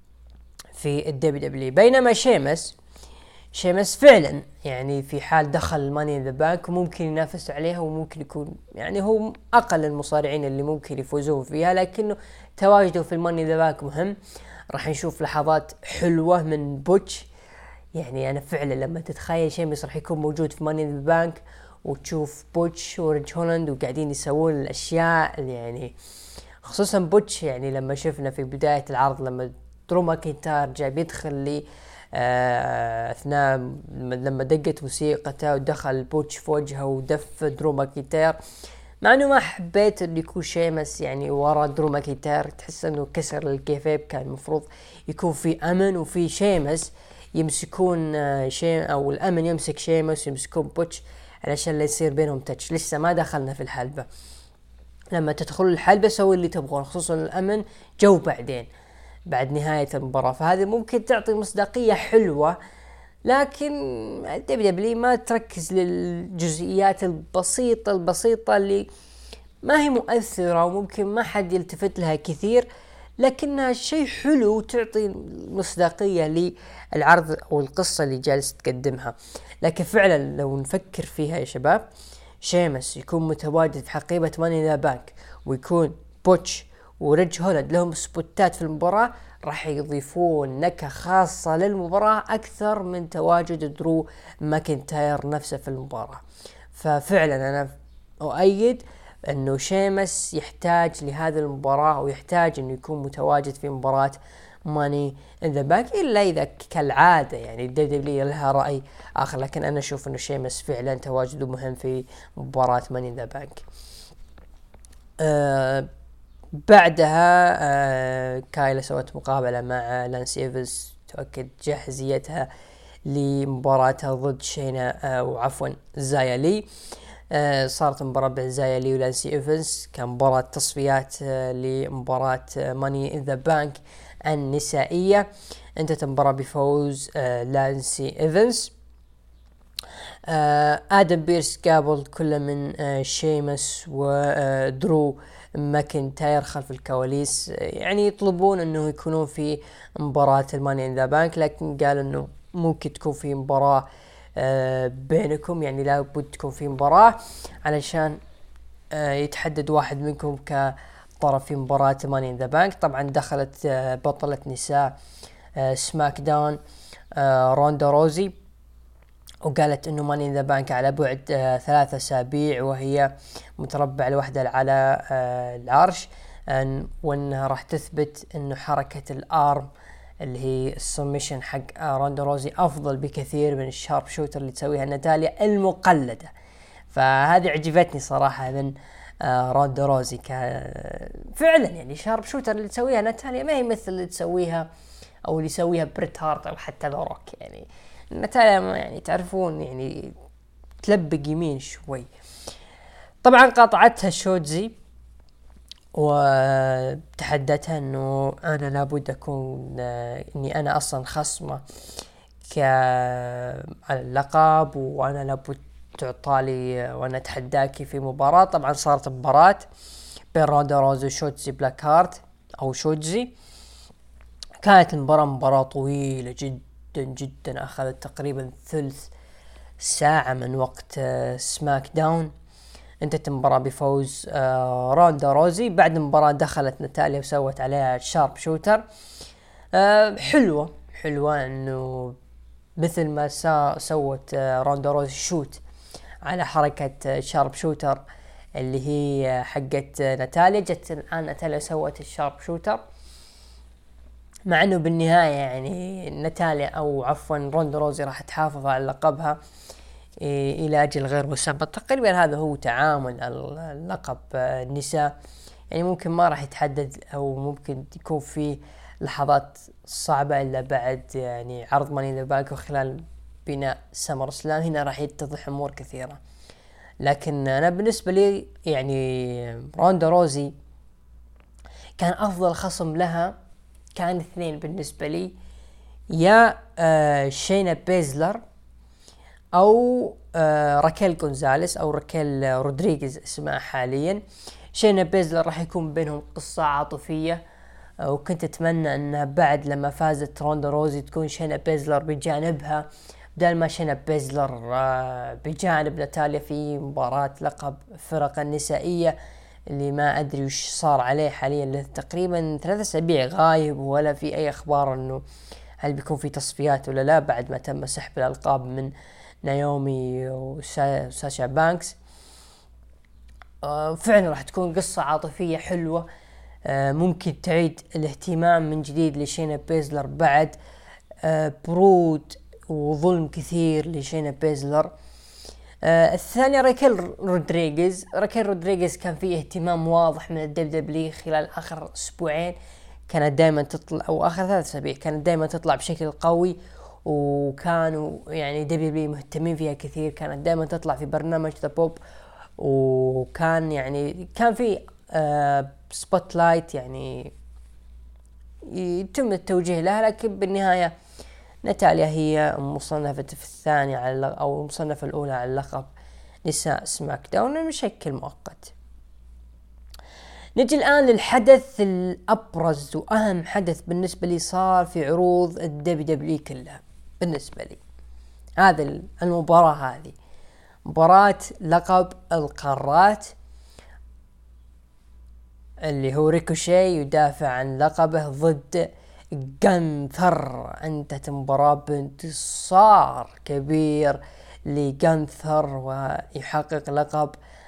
في الدبليو دبليو. بينما شيمس شيمس فعلا يعني في حال دخل الماني ذا بانك ممكن ينافس عليها، وممكن يكون يعني هو اقل المصارعين اللي ممكن يفوزون فيها، لكنه تواجده في الماني ذا بانك مهم. راح نشوف لحظات حلوة من بوتش. يعني انا فعلا لما تتخيل شيمس راح يكون موجود في ماني ذا بانك، وتشوف بوتش وريج هولاند وقاعدين يسوون الاشياء يعني، خصوصا بوتش يعني لما شفنا في بداية العرض لما درو ماكنتاير جاي بيدخل لي آه اثناء لما دقت موسيقته ودخل بوتش في وجهه ودف درو ماكنتاير، مع انه ما حبيت انه يكون شيمس يعني ورا درو ماكنتاير، تحس انه كسر الكيفيب. كان المفروض يكون في امن وفي شيمس يمسكون آه شيم او الامن يمسك شيمس يمسكون بوتش علشان لا يصير بينهم تاتش. لسه ما دخلنا في الحلبة، لما تدخلوا الحلبة سوي اللي تبغون، خصوصا الامن جو بعدين بعد نهاية المباراة. فهذه ممكن تعطي مصداقية حلوة، لكن دبليو دبليو ما تركز للجزئيات البسيطة البسيطة اللي ما هي مؤثرة وممكن ما حد يلتفت لها كثير، لكنها شيء حلو تعطي مصداقية للعرض أو القصة اللي جالس تقدمها. لكن فعلا لو نفكر فيها يا شباب، شيمس يكون متواجد في حقيبة ماني ذا بانك، ويكون بوتش وريدج هولند لهم سبوتات في المباراة راح يضيفون نكهة خاصة للمباراة أكثر من تواجد درو ماكنتاير نفسه في المباراة. ففعلا أنا أؤيد أنه شيمس يحتاج لهذه المباراة ويحتاج أنه يكون متواجد في مباراة ماني إن ذا بانك، إلا إذا كالعادة يعني الدبليو دبليو لها رأي آخر، لكن أنا أشوف أنه شيمس فعلا تواجده مهم في مباراة ماني إن ذا بانك. أه بعدها أه كايلا سوت مقابلة مع لانسي إيفنز تؤكد جاهزيتها لمباراتها ضد شينا أه وعفوا زايا لي. أه صارت مباراة بين زايا لي ولانسي إيفنز، كان مباراة تصفيات أه لمباراة ماني إن ذا بانك النسائية. انتهت المباراة بفوز أه لانسي إيفنز. أه آدم بيرس قابل كل من أه شيمس ودرو ماكنتاير خلف الكواليس، يعني يطلبون انه يكونون في مباراة الماني ان ذا بانك، لكن قال انه ممكن تكون في مباراة أه بينكم، يعني لابد تكون في مباراة علشان أه يتحدد واحد منكم كطرف في مباراة ماني ان ذا بانك. طبعا دخلت أه بطلة نساء أه سماك داون أه روندا روزي، وقالت انه ماني ذا بانك على بعد آه ثلاثة اسابيع وهي متربع لوحدها على آه العرش، أن وانها راح تثبت انه حركة الارم اللي هي السميشن حق آه روندا روزي افضل بكثير من الشارب شوتر اللي تسويها ناتاليا المقلدة. فهذه عجبتني صراحة من آه روندا روزي، فعلا يعني شارب شوتر اللي تسويها ناتاليا ما هي مثل اللي تسويها او اللي يسويها بريت هارت او حتى ذا روك. يعني ناتاليا يعني تعرفون يعني تلبق يمين شوي. طبعا قاطعتها شوتزي وتحدتها انه انا لابد اكون آه اني انا اصلا خصمة ك على اللقب وانا لابد تعطالي وانا اتحداكي في مباراة. طبعا صارت مباراة بين روندا روزي وشوتزي بلاك هارت او شوتزي. كانت المباراة مباراة طويلة جدا جدا، اخذت تقريبا ثلث ساعة من وقت آه سماك داون. انتهت المباراة بفوز آه روندا روزي. بعد المباراة دخلت ناتاليا وسوت عليها شارب شوتر. آه حلوة حلوة انه مثل ما سا سوت آه روندا روزي شوت على حركة آه شارب شوتر اللي هي حقت آه ناتاليا، جت الان ناتاليا سوت الشارب شوتر، مع انه بالنهاية يعني ناتاليا او عفوا روندا روزي راح تحافظ على لقبها الى اجل غير مسمى. تقريبا هذا هو تعامل اللقب النساء، يعني ممكن ما راح يتحدد او ممكن يكون في لحظات صعبة الا بعد يعني عرض ماني ذا بانك وخلال بناء سمر سلام، هنا راح يتضح امور كثيرة. لكن انا بالنسبة لي يعني روندا روزي كان افضل خصم لها كان اثنين بالنسبة لي، يا آه شينا بيزلر او آه راكيل غونزاليس او راكيل رودريغيز اسمها حاليا. شينا بيزلر راح يكون بينهم قصة عاطفية، آه وكنت اتمنى انها بعد لما فازت روندا روزي تكون شينا بيزلر بجانبها بدل ما شينا بيزلر آه بجانب ناتاليا في مباراة لقب فرق النسائية اللي ما ادري وش صار عليه حاليا، له تقريبا ثلاثة اسابيع غايب ولا في اي اخبار انه هل بيكون في تصفيات ولا لا بعد ما تم سحب الالقاب من نايومي وساشا بانكس. آه فعلا راح تكون قصة عاطفية حلوة، آه ممكن تعيد الاهتمام من جديد لشينا بيزلر بعد آه برود وظلم كثير لشينا بيزلر. آه الثانية راكيل رودريغيز. راكيل رودريغيز كان فيه اهتمام واضح من الدبليو دبليو خلال آخر أسبوعين، كانت دائما تطلع أو آخر ثلاث أسابيع كانت دائما تطلع بشكل قوي، وكانوا يعني دبليو دبليو مهتمين فيها كثير، كانت دائما تطلع في برنامج ذا بوب، وكان يعني كان في آه سبوت لايت يعني يتم التوجيه لها. لكن بالنهاية ناتاليا هي مصنفة في الثانية على أو المصنفة الأولى على اللقب نساء سماك داون بشكل مؤقت. نجي الآن للحدث الأبرز وأهم حدث بالنسبة لي صار في عروض الدبليو دبليو كلها بالنسبة لي، هذا المباراة هذه مباراة لقب القارات اللي هو ريكوشي يدافع عن لقبه ضد جانثر. انتهت المباراة بانتصار كبير لجانثر ويحقق لقب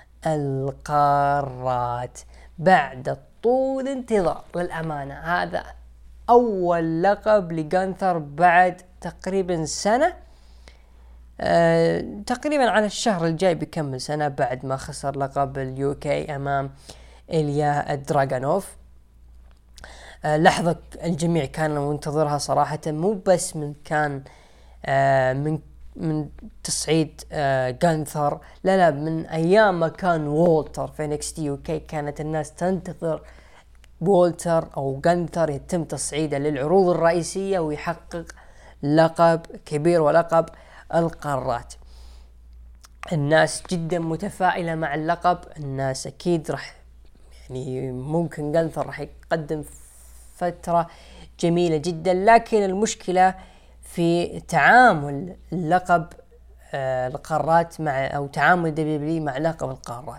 القارات بعد طول انتظار. للأمانة هذا أول لقب لجانثر بعد تقريبا سنة، أه تقريبا على الشهر الجاي بيكمل سنة بعد ما خسر لقب اليوكي أمام إليا دراغانوف. أه لحظة الجميع كان منتظرها صراحة، مو بس من كان أه من من تصعيد آه جانثر، لا لا من ايام ما كان وولتر في إن إكس تي يو كي كانت الناس تنتظر وولتر او جانثر يتم تصعيده للعروض الرئيسية ويحقق لقب كبير ولقب القارات. الناس جدا متفائلة مع اللقب، الناس اكيد راح يعني ممكن جانثر راح يقدم فترة جميلة جدا، لكن المشكلة في تعامل اللقب آه القارات مع او تعامل دبليو مع لقب القارات.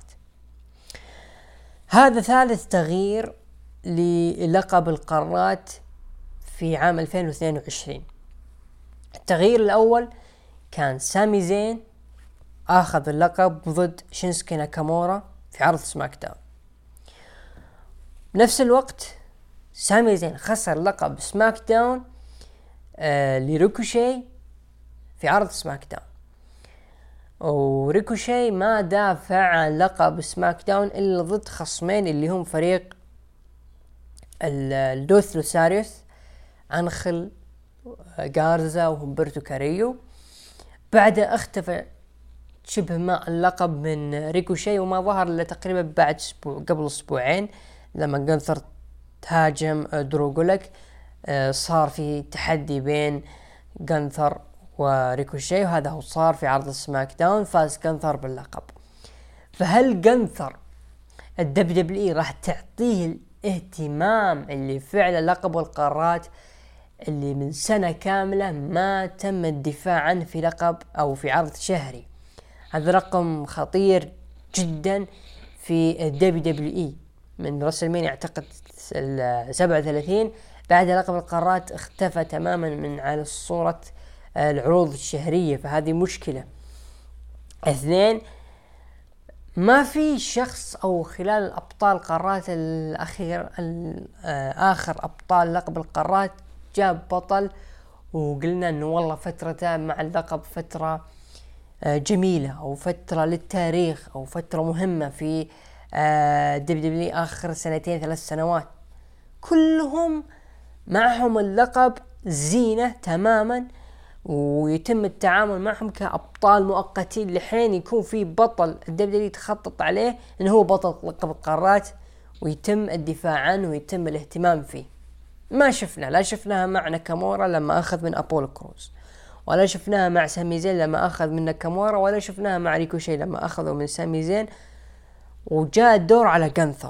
هذا ثالث تغيير للقب القارات في عام ألفين واثنين وعشرين. التغيير الاول كان سامي زين اخذ اللقب ضد شينسكي ناكامورا في عرض سماك داون. بنفس الوقت سامي زين خسر لقب سماك داون آه لريكوشي في عرض سماك داون، وريكوشي ما دافع عن لقب سماك داون إلا ضد خصمين اللي هم فريق الدوث لوساريوس أنخل غارزا وهمبرتو كاريو. بعدها اختفى شبه ما اللقب من ريكوشي وما ظهر إلا تقريبا بعد اسبوع قبل اسبوعين لما جانثر تهاجم دروغولك. آه صار في تحدي بين جانثر وريكوشي وهذا هو صار في عرض سماك داون، فاز جانثر باللقب. فهل جانثر الدبليو دبليو اي راح تعطيه الاهتمام اللي فعلا لقب القارات اللي من سنة كاملة ما تم الدفاع عنه في لقب او في عرض شهري؟ هذا رقم خطير جدا في الدبليو دبليو اي من رسلمانيا اعتقد سبعة وثلاثين. بعد لقب القارات اختفى تماما من على الصورة العروض الشهرية، فهذه مشكلة. اثنين، ما في شخص او خلال الابطال القارات الاخير اخر ابطال لقب القارات جاب بطل وقلنا انه والله فترته مع اللقب فترة جميلة او فترة للتاريخ او فترة مهمة في دبليو دبليو اخر سنتين ثلاث سنوات. كلهم معهم اللقب زينة تماما ويتم التعامل معهم كأبطال مؤقتين لحين يكون في بطل الدبليو يتخطط عليه انه هو بطل لقب القارات ويتم الدفاع عنه ويتم الاهتمام فيه. ما شفنا، لا شفناها مع ناكامورا لما اخذ من ابولو كروز، ولا شفناها مع سامي زين لما اخذ من ناكامورا، ولا شفناها مع ريكوشي لما اخذوا من سامي زين. وجاء الدور على جانثر.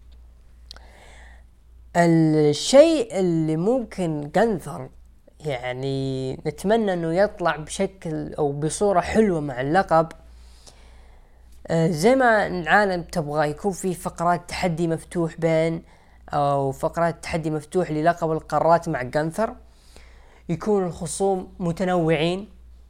الشيء اللي ممكن جانثر يعني نتمنى انه يطلع بشكل او بصورة حلوة مع اللقب، آه زي ما العالم تبغى يكون في فقرات تحدي مفتوح بين او فقرات تحدي مفتوح للقب القارات مع جانثر، يكون الخصوم متنوعين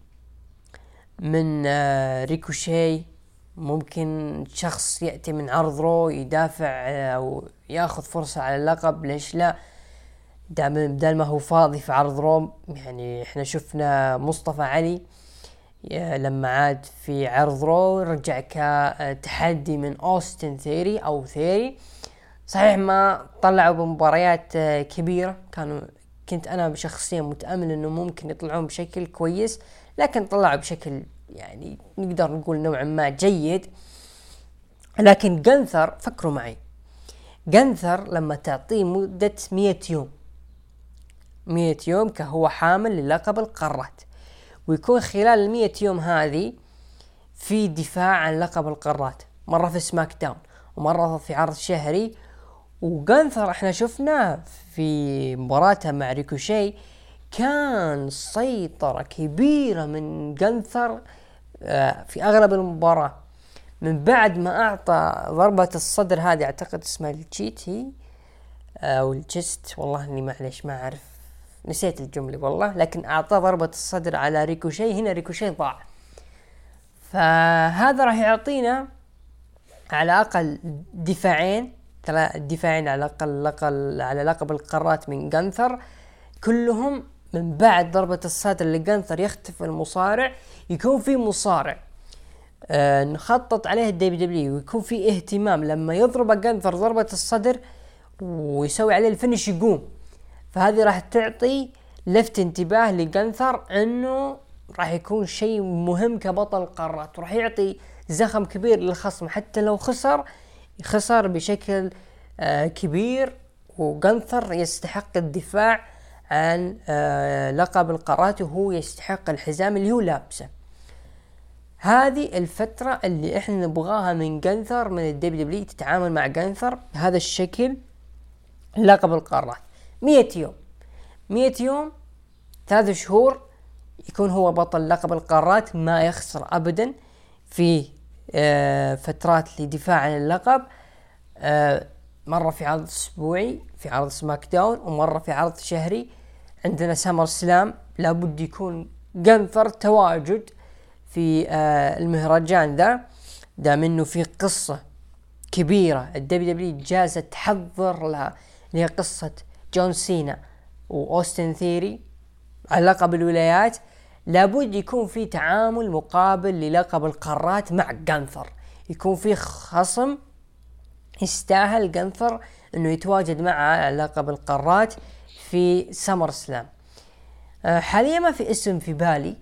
من آه ريكوشي، ممكن شخص يأتي من عرض رو يدافع او ياخذ فرصة على اللقب، ليش لا؟ بدل ما هو فاضي في عرض روم. يعني احنا شفنا مصطفى علي لما عاد في عرض رو رجع كتحدي من أوستن ثيري او ثيري. صحيح ما طلعوا بمباريات كبيرة، كانوا كنت انا شخصيا متأمل انه ممكن يطلعون بشكل كويس، لكن طلعوا بشكل يعني نقدر نقول نوعا ما جيد. لكن جانثر فكروا معي، جانثر لما تعطيه مدة مية يوم مية يوم كهو حامل للقب القارات، ويكون خلال المية يوم هذه في دفاع عن لقب القارات، مرة في سماك داون ومرة في عرض شهري. وجانثر احنا شفناه في مباراته مع ريكوشي كان سيطرة كبيرة من جانثر في اغلب المباراة، من بعد ما أعطى ضربة الصدر هذه، أعتقد اسمها التشيت هي أو الجست، والله إني معليش ما أعرف، نسيت الجملة والله، لكن أعطى ضربة الصدر على ريكوشي. هنا ريكوشي ضاع، فهذا راح يعطينا على الأقل دفاعين، ثلاث دفاعين على الأقل لقل على لقب القارات من جانثر، كلهم من بعد ضربة الصدر لجانثر يختفي المصارع، يكون في مصارع آه نخطط عليه الدبليو دبليو، ويكون في اهتمام لما يضرب جانثر ضربة الصدر ويسوي عليه الفينش يقوم. فهذه راح تعطي لفت انتباه لجانثر انه راح يكون شيء مهم كبطل قارات، وراح يعطي زخم كبير للخصم، حتى لو خسر خسر بشكل آه كبير، وجانثر يستحق الدفاع عن آه لقب القارات، وهو يستحق الحزام اللي هو لابسه. هذه الفترة اللي احنا نبغاها من جانثر، من الدبليو دبليو تتعامل مع جانثر بهذا الشكل. لقب القارات مية يوم، مية يوم، ثلاث شهور، يكون هو بطل لقب القارات، ما يخسر ابدا في آه فترات لدفاع عن اللقب، آه مرة في عرض اسبوعي في عرض سماك داون، ومرة في عرض شهري عندنا سامر سلام. لابد يكون جانثر تواجد في آه المهرجان ذا، دام انه في قصة كبيرة الدبليو دبليو جازة تحضر لها، اللي هي قصة جون سينا وأوستن ثيري على لقب الولايات. لابد يكون في تعامل مقابل للقب القارات مع جانثر، يكون في خصم يستاهل جانثر انه يتواجد معه على لقب القارات في سمر سلام. أه حاليا ما في اسم في بالي،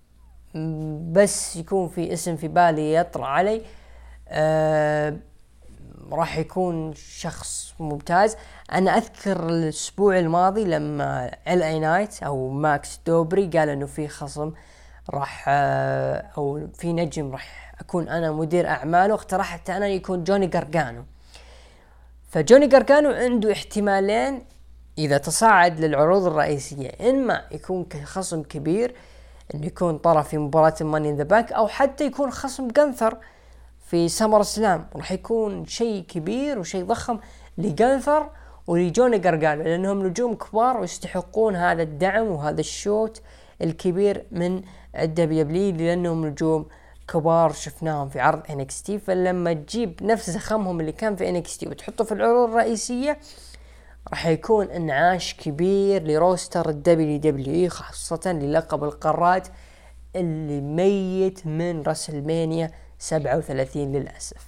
بس يكون في اسم في بالي يطرأ علي، أه راح يكون شخص ممتاز. انا اذكر الاسبوع الماضي لما ال اي نايت او ماكس دوبري قال انه في خصم راح او في نجم راح اكون انا مدير اعماله، اقترحت انا يكون جوني غارغانو. فجوني غارغانو عنده احتمالين اذا تصاعد للعروض الرئيسية، اما يكون خصم كبير انه يكون طرف في مباراة ماني ان ذا بانك، او حتى يكون خصم جانثر في سمر سلام. راح يكون شيء كبير وشيء ضخم لجانثر ولجوني غارغانو، لأنهم نجوم كبار ويستحقون هذا الدعم وهذا الشوت الكبير من الدبليو دبليو، لأنهم نجوم كبار شفناهم في عرض إن إكس تي. فلما تجيب نفس زخمهم اللي كان في إن إكس تي وتحطه في العروض الرئيسية، راح يكون انعاش كبير لروستر الدبليو دبليو، خاصة للقب القارات اللي ميت من راسلمانيا سبعة وثلاثين للأسف.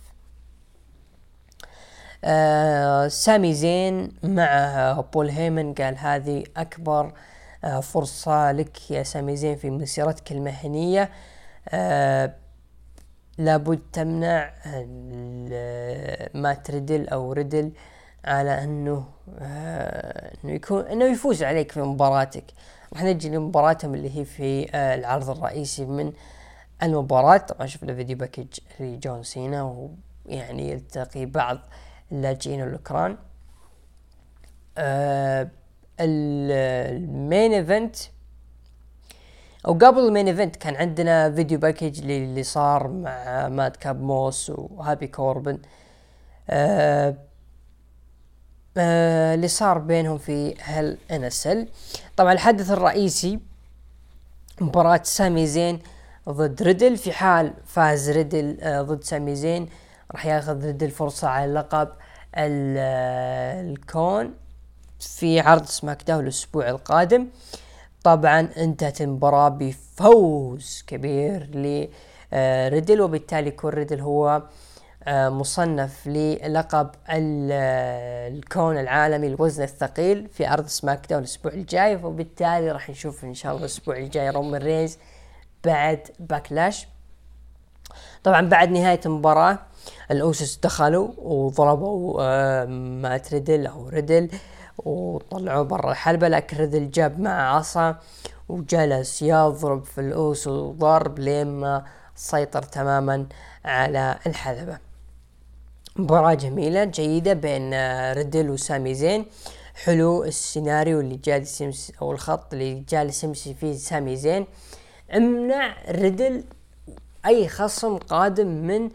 آه سامي زين مع بول هيمن، قال هذه أكبر آه فرصة لك يا سامي زين في مسيرتك المهنية، آه لابد تمنع مات ريدل أو ريدل على أنه آه أنه يكون أنه يفوز عليك في مباراتك. راح نجي لمباراتهم اللي هي في آه العرض الرئيسي من المباراة. طبعا شفنا فيديو باكج لجون سينا، ويعني يلتقي بعض اللاجئين والأوكران. آه المين ايفنت او قبل المين ايفنت كان عندنا فيديو باكج اللي صار مع ماد كاب موس وهابي كوربن، آه آه اللي صار بينهم في هل ان اس ال. طبعا الحدث الرئيسي مباراة سامي زين ضد ريدل. في حال فاز ريدل آه ضد سامي زين، راح ياخذ ريدل فرصة على لقب الكون في عرض سماك داون الاسبوع القادم. طبعا انتهت المباراة بفوز كبير لريدل، وبالتالي يكون ريدل هو مصنف للقب الكون العالمي الوزن الثقيل في عرض سماك داون الاسبوع الجاي. وبالتالي راح نشوف ان شاء الله الاسبوع الجاي رومان رينز بعد باكلاش. طبعا بعد نهاية المباراة الأوسس دخلوا وضربوا مات ريدل أو ريدل وطلعوا برا الحلبة، لكن ريدل جاب مع عصا وجلس يضرب في الأوس وضرب لما سيطر تماما على الحلبة. مباراة جميلة جيدة بين ريدل وسامي زين. حلو السيناريو اللي جالس يمشي أو الخط اللي جالس يمشي فيه سامي زين. امنع ريدل أي خصم قادم من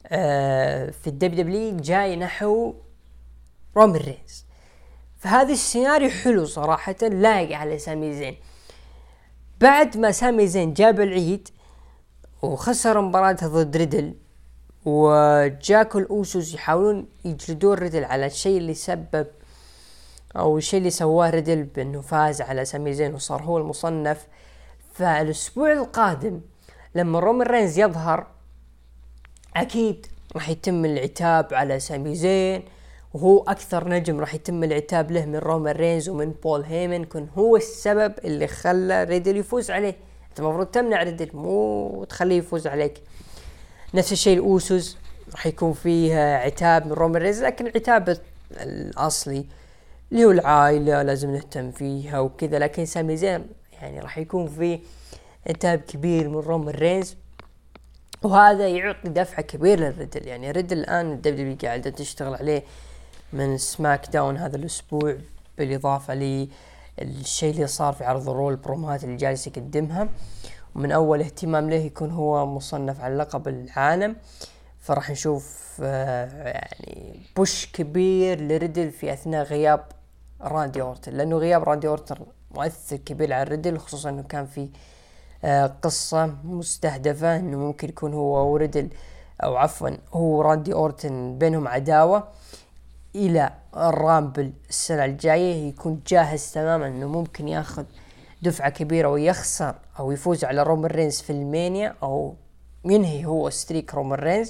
آه في الدبليو دبليو جاي نحو رومان رينز. فهذا السيناريو حلو صراحة، لايق على سامي زين. بعد ما سامي زين جاب العيد وخسر مباراته ضد ريدل، وجاكو الأوسوس يحاولون يجلدون ريدل على الشيء اللي سبب او الشيء اللي سواه ريدل بانه فاز على سامي زين وصار هو المصنف. فالاسبوع القادم لما رومان رينز يظهر اكيد راح يتم العتاب على سامي زين، وهو اكثر نجم راح يتم العتاب له من رومان رينز ومن بول هيمن، كن هو السبب اللي خلى ريدل يفوز عليه. انت المفروض تمنع ريدل مو تخليه يفوز عليك. نفس الشيء الأوسوس راح يكون فيه عتاب من رومان رينز، لكن العتاب الاصلي اللي هو العائلة لازم نهتم فيها وكذا. لكن سامي زين يعني راح يكون في عتاب كبير من رومان رينز، وهذا يعطي دفعة كبيرة للريدل. يعني ريدل الآن الدبليو قاعدة تشتغل عليه من سماك داون هذا الأسبوع، بالإضافة للشيء اللي صار في عرض الرول، البرومات اللي جالس يقدمها، ومن أول اهتمام له يكون هو مصنف على لقب العالم. فراح نشوف يعني بوش كبير لريدل في أثناء غياب راندي أورتن، لأنه غياب راندي أورتن مؤثر كبير على ريدل، خصوصا أنه كان في قصة مستهدفة أنه ممكن يكون هو وريدل أو عفوا هو راندي أورتن بينهم عداوة إلى الرامبل السنة الجاية، يكون جاهز تماما أنه ممكن ياخذ دفعة كبيرة ويخسر أو يفوز على رومان رينز في المانيا، أو ينهي هو ستريك رومان رينز.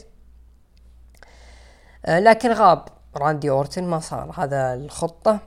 لكن غاب راندي أورتن، ما صار هذا الخطة.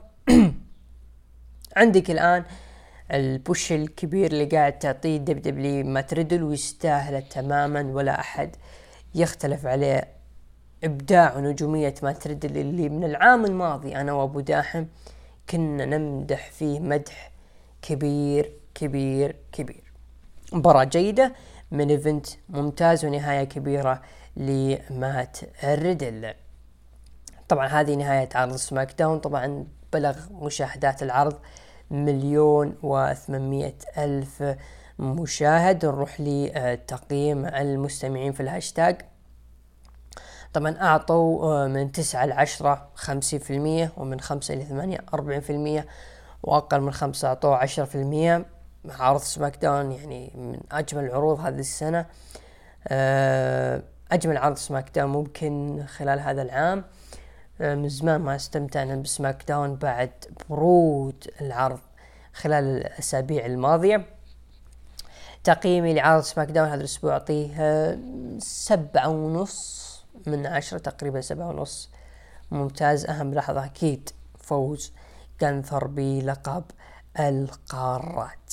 عندك الآن البوش الكبير اللي قاعد تعطيه دب دبليو مات ريدل، ويستاهل تماما ولا أحد يختلف عليه. إبداع ونجومية مات ريدل اللي من العام الماضي أنا وأبو داحم كنا نمدح فيه مدح كبير كبير كبير. مباراة جيدة من إيفنت ممتاز ونهاية كبيرة لمات ريدل. طبعا هذه نهاية عرض سماك داون. طبعا بلغ مشاهدات العرض مليون وثمانمائة ألف مشاهد. نروح لتقييم المستمعين في الهاشتاج. طبعا أعطوا من تسعة لعشرة خمسين في المية، ومن خمسة إلى ثمانية أربعين في المية، وأقل من خمسة أعطوا عشرة في المية. عرض سماك داون يعني من أجمل العروض هذه السنة، أجمل عرض سماك داون ممكن خلال هذا العام. من زمان ما استمتعنا بسماك داون بعد برود العرض خلال الأسابيع الماضية. تقييمي لعرض سماك داون هذا الأسبوع أعطيه سبعة ونص من عشرة، تقريبا سبعة ونص، ممتاز. أهم لحظة أكيد فوز جانثر بلقب القارات.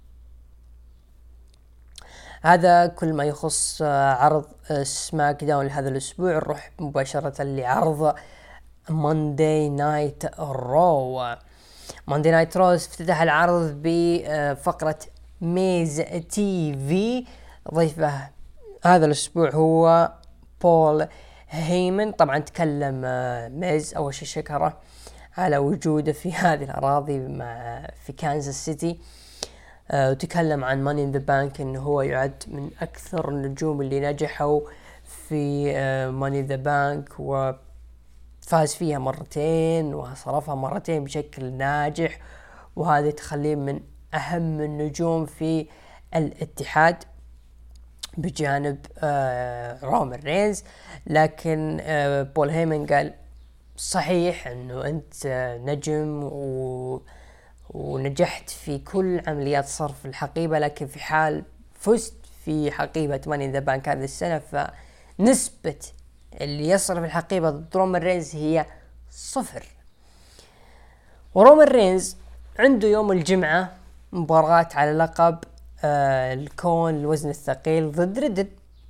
هذا كل ما يخص عرض سماك داون لهذا الأسبوع. نروح مباشرة لعرض ماندي نايت رو. ماندي نايت رو افتتح العرض بفقرة ميز تي في. ضيفه هذا الأسبوع هو بول هيمن. طبعا تكلم ميز أول شيء شكره على وجوده في هذه الأراضي مع في كانزاس سيتي، أه وتكلم عن ماني إن ذا بانك إنه هو يعد من أكثر النجوم اللي نجحوا في أه ماني إن ذا بانك، وفاز فيها مرتين وصرفها مرتين بشكل ناجح، وهذا تخليه من أهم النجوم في الاتحاد بجانب آه رومان رينز. لكن آه بول هيمن قال صحيح انه انت آه نجم و... ونجحت في كل عمليات صرف الحقيبة، لكن في حال فزت في حقيبة ماني إن ذا بانك هذه السنة فنسبة اللي يصرف الحقيبة ضد رومان رينز هي صفر. ورومان رينز عنده يوم الجمعة مباراة على لقب آه الكون الوزن الثقيل ضد ريدل،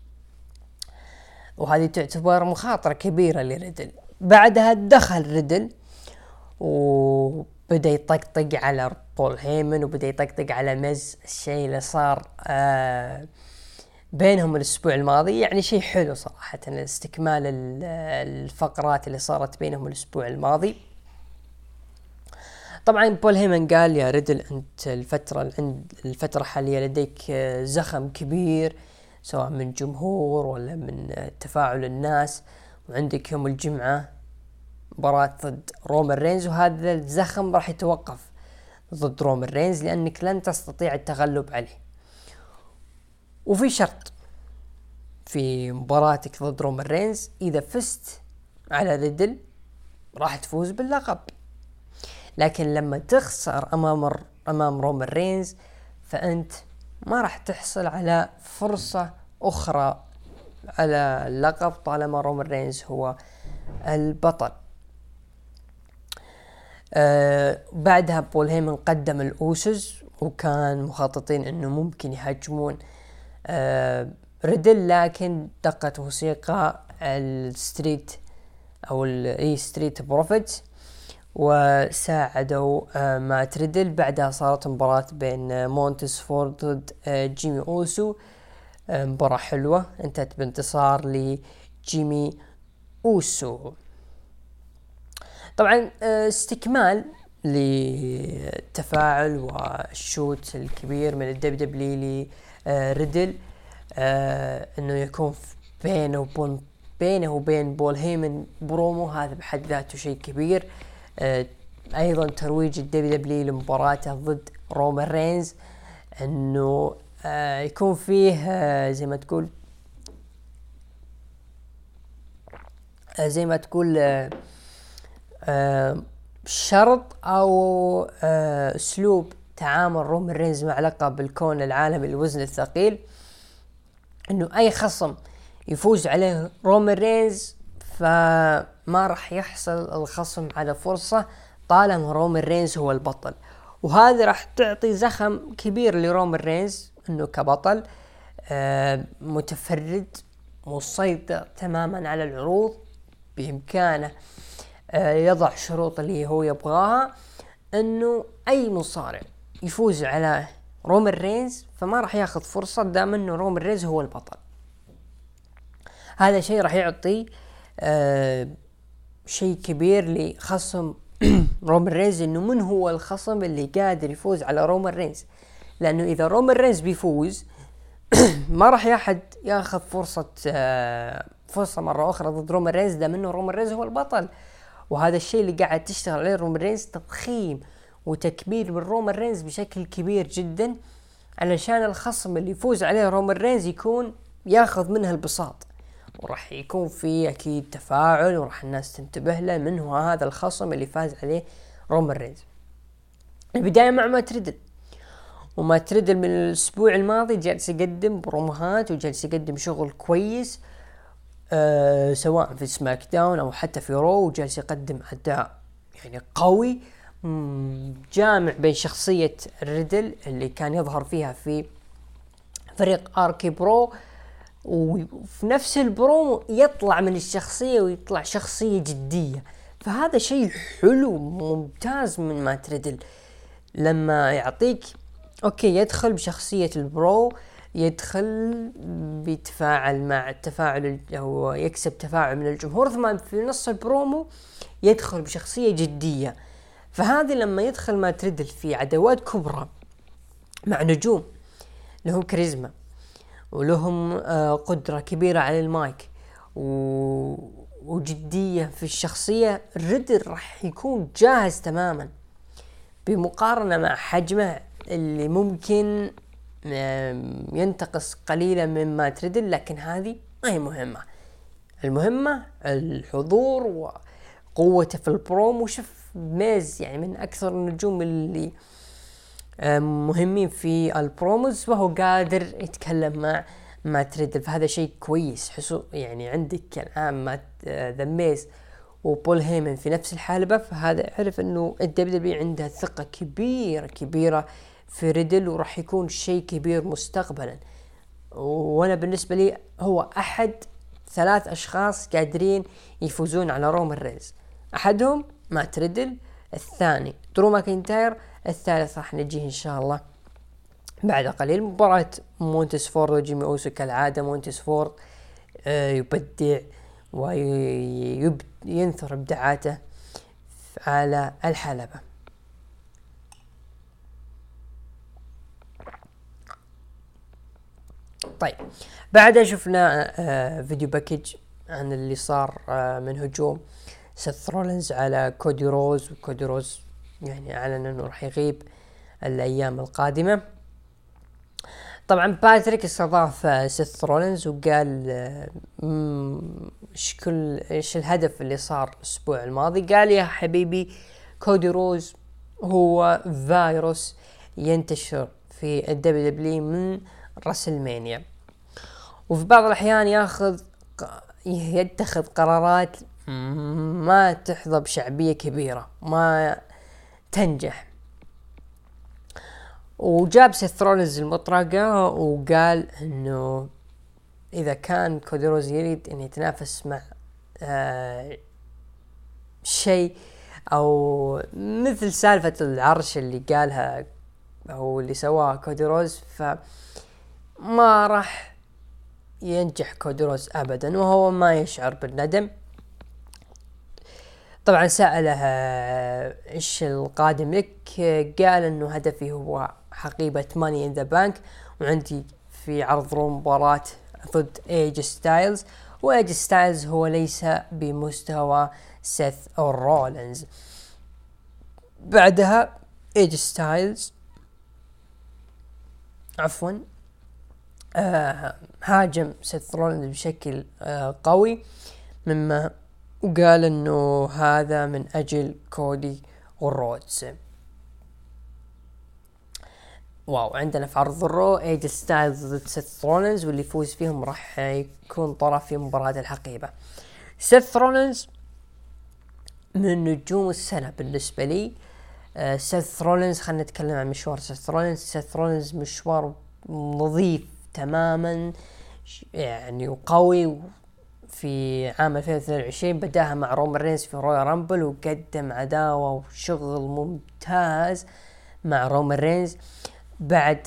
وهذه تعتبر مخاطرة كبيرة لريدل. بعدها دخل ريدل وبدأ يطقطق على بول هيمن وبدأ يطقطق على ميز، الشيء اللي صار آه بينهم الأسبوع الماضي. يعني شيء حلو صراحة استكمال الفقرات اللي صارت بينهم الأسبوع الماضي. طبعا بول هيمن قال يا ريدل أنت الفترة الفترة الحالية لديك زخم كبير سواء من جمهور ولا من تفاعل الناس. وعندك يوم الجمعة مباراة ضد رومان رينز، وهذا الزخم راح يتوقف ضد رومان رينز لأنك لن تستطيع التغلب عليه. وفي شرط في مباراتك ضد رومان رينز، إذا فزت على ريدل راح تفوز باللقب، لكن لما تخسر أمام أمام رومان رينز فأنت ما راح تحصل على فرصة أخرى على اللقب طالما رومان رينز هو البطل. آه بعدها بول هيمن قدم الأوسوس، وكان مخططين انه ممكن يهاجمون آه ريدل، لكن دقت موسيقى الستريت او الاي ستريت بروفيتس وساعدوا آه مات ريدل. بعدها صارت مباراة بين مونتس فورد ضد آه جيمي أوسو، آه مباراة حلوة انتهت بانتصار لجيمي أوسو. طبعا استكمال للتفاعل والشوت الكبير من الدبليو دبليو لريدل، انه يكون بينه وبين بينه وبين بول هيمن برومو، هذا بحد ذاته شيء كبير. ايضا ترويج الدبليو دبليو لمباراته ضد رومان رينز، انه يكون فيه زي ما تقول زي ما تقول آه شرط او آه اسلوب تعامل رومان رينز مع لقب الكون العالمي للوزن الثقيل، انه اي خصم يفوز عليه رومان رينز فما راح يحصل الخصم على فرصة طالما رومان رينز هو البطل. وهذا راح تعطي زخم كبير لرومان رينز انه كبطل آه متفرد مسيطر تماما على العروض، بامكانه يضع شروط اللي هو يبغاها، انه اي مصارع يفوز على رومان رينز فما راح ياخذ فرصة دام انه رومان رينز هو البطل. هذا شيء راح يعطي آه شيء كبير لخصم رومان رينز، انه من هو الخصم اللي قادر يفوز على رومان رينز، لانه اذا رومان رينز بيفوز ما راح ياحد ياخذ فرصة آه فرصة مرة اخرى ضد رومان رينز دام انه رومان رينز هو البطل. وهذا الشيء اللي قاعد تشتغل عليه رومان رينز، تضخيم وتكبير من رومان رينز بشكل كبير جدا علشان الخصم اللي يفوز عليه رومان رينز يكون ياخذ منها البساط، وراح يكون في اكيد تفاعل وراح الناس تنتبه له من هو هذا الخصم اللي فاز عليه رومان رينز. البداية مع مات ريدل، ومات ريدل من الاسبوع الماضي جالس يقدم بروموهات وجالس يقدم شغل كويس أه سواء في سماك داون او حتى في رو، وجالس يقدم اداء يعني قوي جامع بين شخصية ريدل اللي كان يظهر فيها في فريق اركي برو، وفي نفس البرومو يطلع من الشخصية ويطلع شخصية جدية. فهذا شيء حلو ممتاز من مات ريدل، لما يعطيك اوكي يدخل بشخصية البرو، يدخل بيتفاعل مع التفاعل او يكسب تفاعل من الجمهور، ثم في نص البرومو يدخل بشخصية جدية. فهذه لما يدخل مات ريدل في عداوات كبرى مع نجوم لهم كاريزما ولهم آه قدرة كبيرة على المايك و... وجدية في الشخصية، ريدل راح يكون جاهز تماما بمقارنة مع حجمه اللي ممكن ينتقص قليلا من مات ريدل. لكن هذه ما هي مهمة، المهمة الحضور وقوته في البروم. وشوف ميز يعني من أكثر النجوم اللي مهمين في البروموز وهو قادر يتكلم مع مات ريدل، فهذا شيء كويس. حسو يعني عندك الآن مات ذا ميز وبول هيمن في نفس الحلبة، فهذا عرف انه الدبليو دبليو عندها ثقة كبيرة كبيرة في ريدل وراح يكون شيء كبير مستقبلا. وانا بالنسبة لي هو احد ثلاث اشخاص قادرين يفوزون على رومان رينز، احدهم مات ريدل، الثاني درو ماكنتاير، الثالث راح نجيه ان شاء الله بعد قليل. مباراة مونتس فورد وجيمي اوسو كالعادة، مونتس فورد يبدع وينثر ابداعاته على الحلبة. طيب بعدها شفنا آه فيديو باكج عن اللي صار آه من هجوم سيث رولينز على كودي روز، وكودي روز يعني اعلن انه راح يغيب الايام القادمة. طبعا باتريك استضاف سيث رولينز وقال ايش كل ايش الهدف اللي صار الاسبوع الماضي. قال يا حبيبي كودي روز هو فيروس ينتشر في الدبليو دبليو من راسلمانيا، وفي بعض الاحيان ياخذ يتخذ قرارات ما تحظى بشعبية كبيرة، ما تنجح. وجاب سيث رولينز المطرقة وقال انه اذا كان كودي روز يريد ان يتنافس مع آه شيء او مثل سالفة العرش اللي قالها او اللي سواها كودي روز، فما راح ينجح كودي روز ابدا، وهو ما يشعر بالندم. طبعا سأله ايش القادم لك، قال انه هدفي هو حقيبة ماني ان ذا بانك، وعندي في عرض رو مباراة ضد ايج ستايلز، وايج ستايلز هو ليس بمستوى سيث او رولينز. بعدها ايج ستايلز عفوا آه هاجم سيث رولينز بشكل آه قوي، مما وقال انه هذا من اجل كودي ورودز. واو، عندنا في عرض الرو ايج ستايلز ضد سيث رولينز، واللي يفوز فيهم راح يكون طرف في مباراة الحقيبة. سيث رولينز من نجوم السنة بالنسبة لي. آه سيث رولينز خلينا نتكلم عن مشوار سيث رولينز. سيث رولينز مشوار نظيف تماما يعني وقوي. في عام ألفين واثنين وعشرين بداها مع رومان رينز في رويال رامبل، وقدم عداوة وشغل ممتاز مع رومان رينز. بعد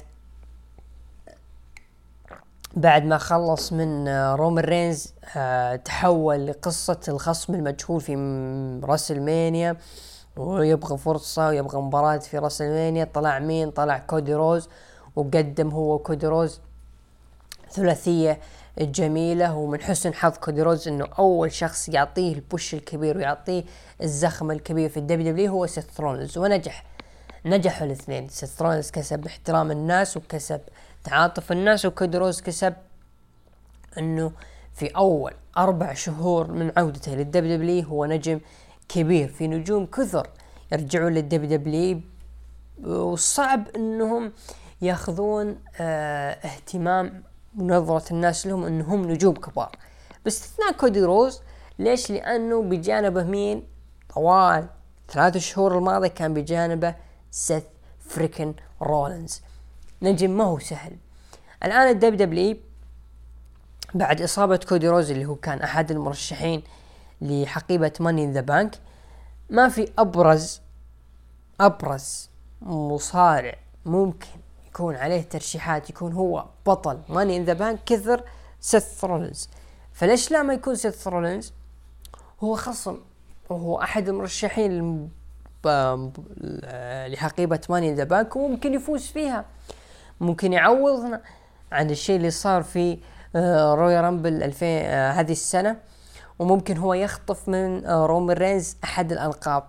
بعد ما خلص من رومان رينز آه تحول لقصة الخصم المجهول في راسلمانيا، ويبغى فرصة ويبغى مباراة في راسلمانيا. طلع مين؟ طلع كودي روز، وقدم هو كودي روز ثلاثية جميلة. ومن حسن حظ كودي روز انه اول شخص يعطيه البوش الكبير ويعطيه الزخم الكبير في الدبليو دبليو هو سيث رولينز، ونجح نجحوا الاثنين. سيث رولينز كسب احترام الناس وكسب تعاطف الناس، وكودي روز كسب انه في اول اربع شهور من عودته للدبليو دبليو هو نجم كبير. في نجوم كثر يرجعوا للدبليو دبليو وصعب انهم ياخذون اه اهتمام ونظرة الناس لهم انهم نجوم كبار، باستثناء كودي روز. ليش؟ لانه بجانبه مين؟ طوال ثلاث شهور الماضية كان بجانبه سيث فريكن رولينز، نجم ما هو سهل. الان الدبليو دبليو بعد اصابة كودي روز اللي هو كان احد المرشحين لحقيبة ماني ان ذا بانك، ما في ابرز ابرز مصارع ممكن يكون عليه ترشيحات يكون هو بطل ماني ان ذا بانك كثر سيث رولينز. فليش لا ما يكون سيث رولينز هو خصم وهو احد المرشحين لحقيبة ماني ان ذا بانك، وممكن يفوز فيها، ممكن يعوضنا عن الشيء اللي صار في رويال رامبل ألفين هذه السنة، وممكن هو يخطف من رومان رينز احد الالقاب.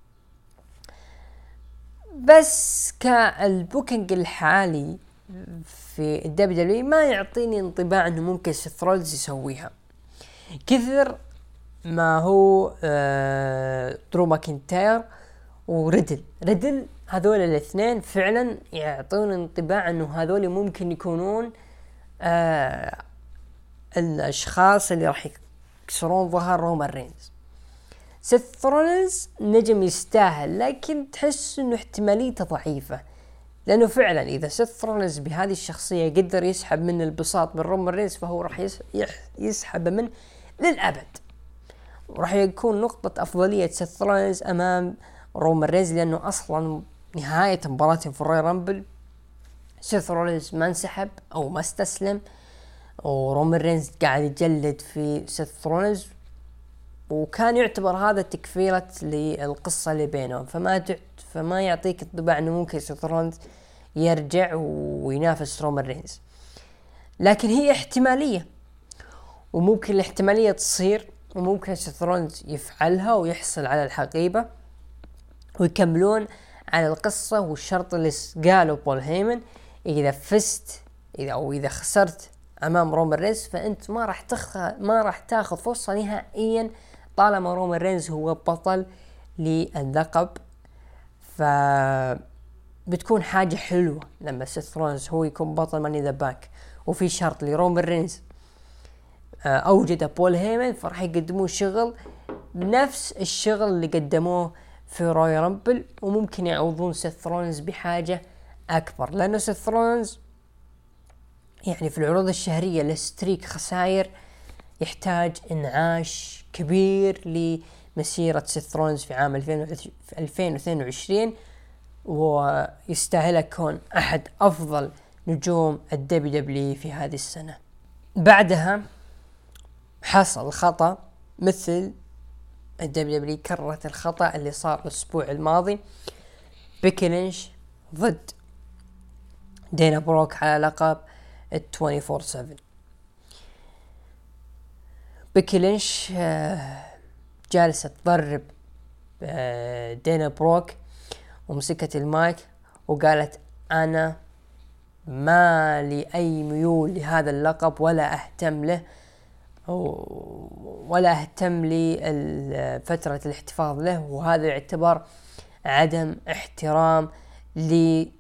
بس كالبوكينج الحالي في الدبليو دبليو ما يعطيني انطباع انه ممكن سيث رولينز يسويها كثر ما هو آه درو ماكنتاير وريدل. ريدل هذول الاثنين فعلا يعطون انطباع انه هذول ممكن يكونون آه الاشخاص اللي راح يكسرون ظهر رومان رينز. سيث رولينز نجم يستاهل، لكن تحس انه احتماليته ضعيفة، لانه فعلا اذا سيث رولينز بهذه الشخصية قدر يسحب من البساط من رومان رينز فهو راح يسحب من للأبد، وراح يكون نقطة افضلية سيث رولينز امام رومان رينز، لانه اصلا نهاية مباراتهم في الرويال رامبل سيث رولينز ما انسحب او ما استسلم، ورومان رينز قاعد يجلد في سيث رولينز، وكان يعتبر هذا تكفيرة للقصة اللي بينهم. فما فما يعطيك انطباع انه ممكن سيث رولينز يرجع وينافس رومان رينز. لكن هي احتمالية، وممكن الاحتمالية تصير، وممكن سيث رولينز يفعلها ويحصل على الحقيبة ويكملون على القصة. والشرط اللي قاله بول هيمن، إذا فزت إذا أو إذا خسرت أمام رومان رينز فأنت ما راح تخ ما راح تاخذ فرصة نهائيا طالما رومان رينز هو بطل للقب. ف بتكون حاجة حلوة لما سيث رولينز هو يكون بطل ماني ذا باك، وفي شرط لرومان رينز أوجد بول هيمن، فراح يقدمون شغل نفس الشغل اللي قدموه في روي رامبل، وممكن يعوضون سيث رولينز بحاجة أكبر، لأنه سيث رولينز يعني في العروض الشهرية لستريك خسائر يحتاج إنعاش كبير لمسيرة سيث رولينز في عام ألفين واثنين وعشرين، ويستاهل كون أحد أفضل نجوم الدبليو دبليو في هذه السنة. بعدها حصل خطأ مثل الدبليو دبليو كررت الخطأ اللي صار الأسبوع الماضي، بيكي لينش ضد دينا بروك على لقب أربعة وعشرين سبعة. بيكي لينش جالسة تضرب دينا بروك ومسكت المايك وقالت أنا ما لي أي ميول لهذا اللقب ولا أهتم له ولا أهتم لفترة الاحتفاظ له، وهذا يعتبر عدم احترام لي.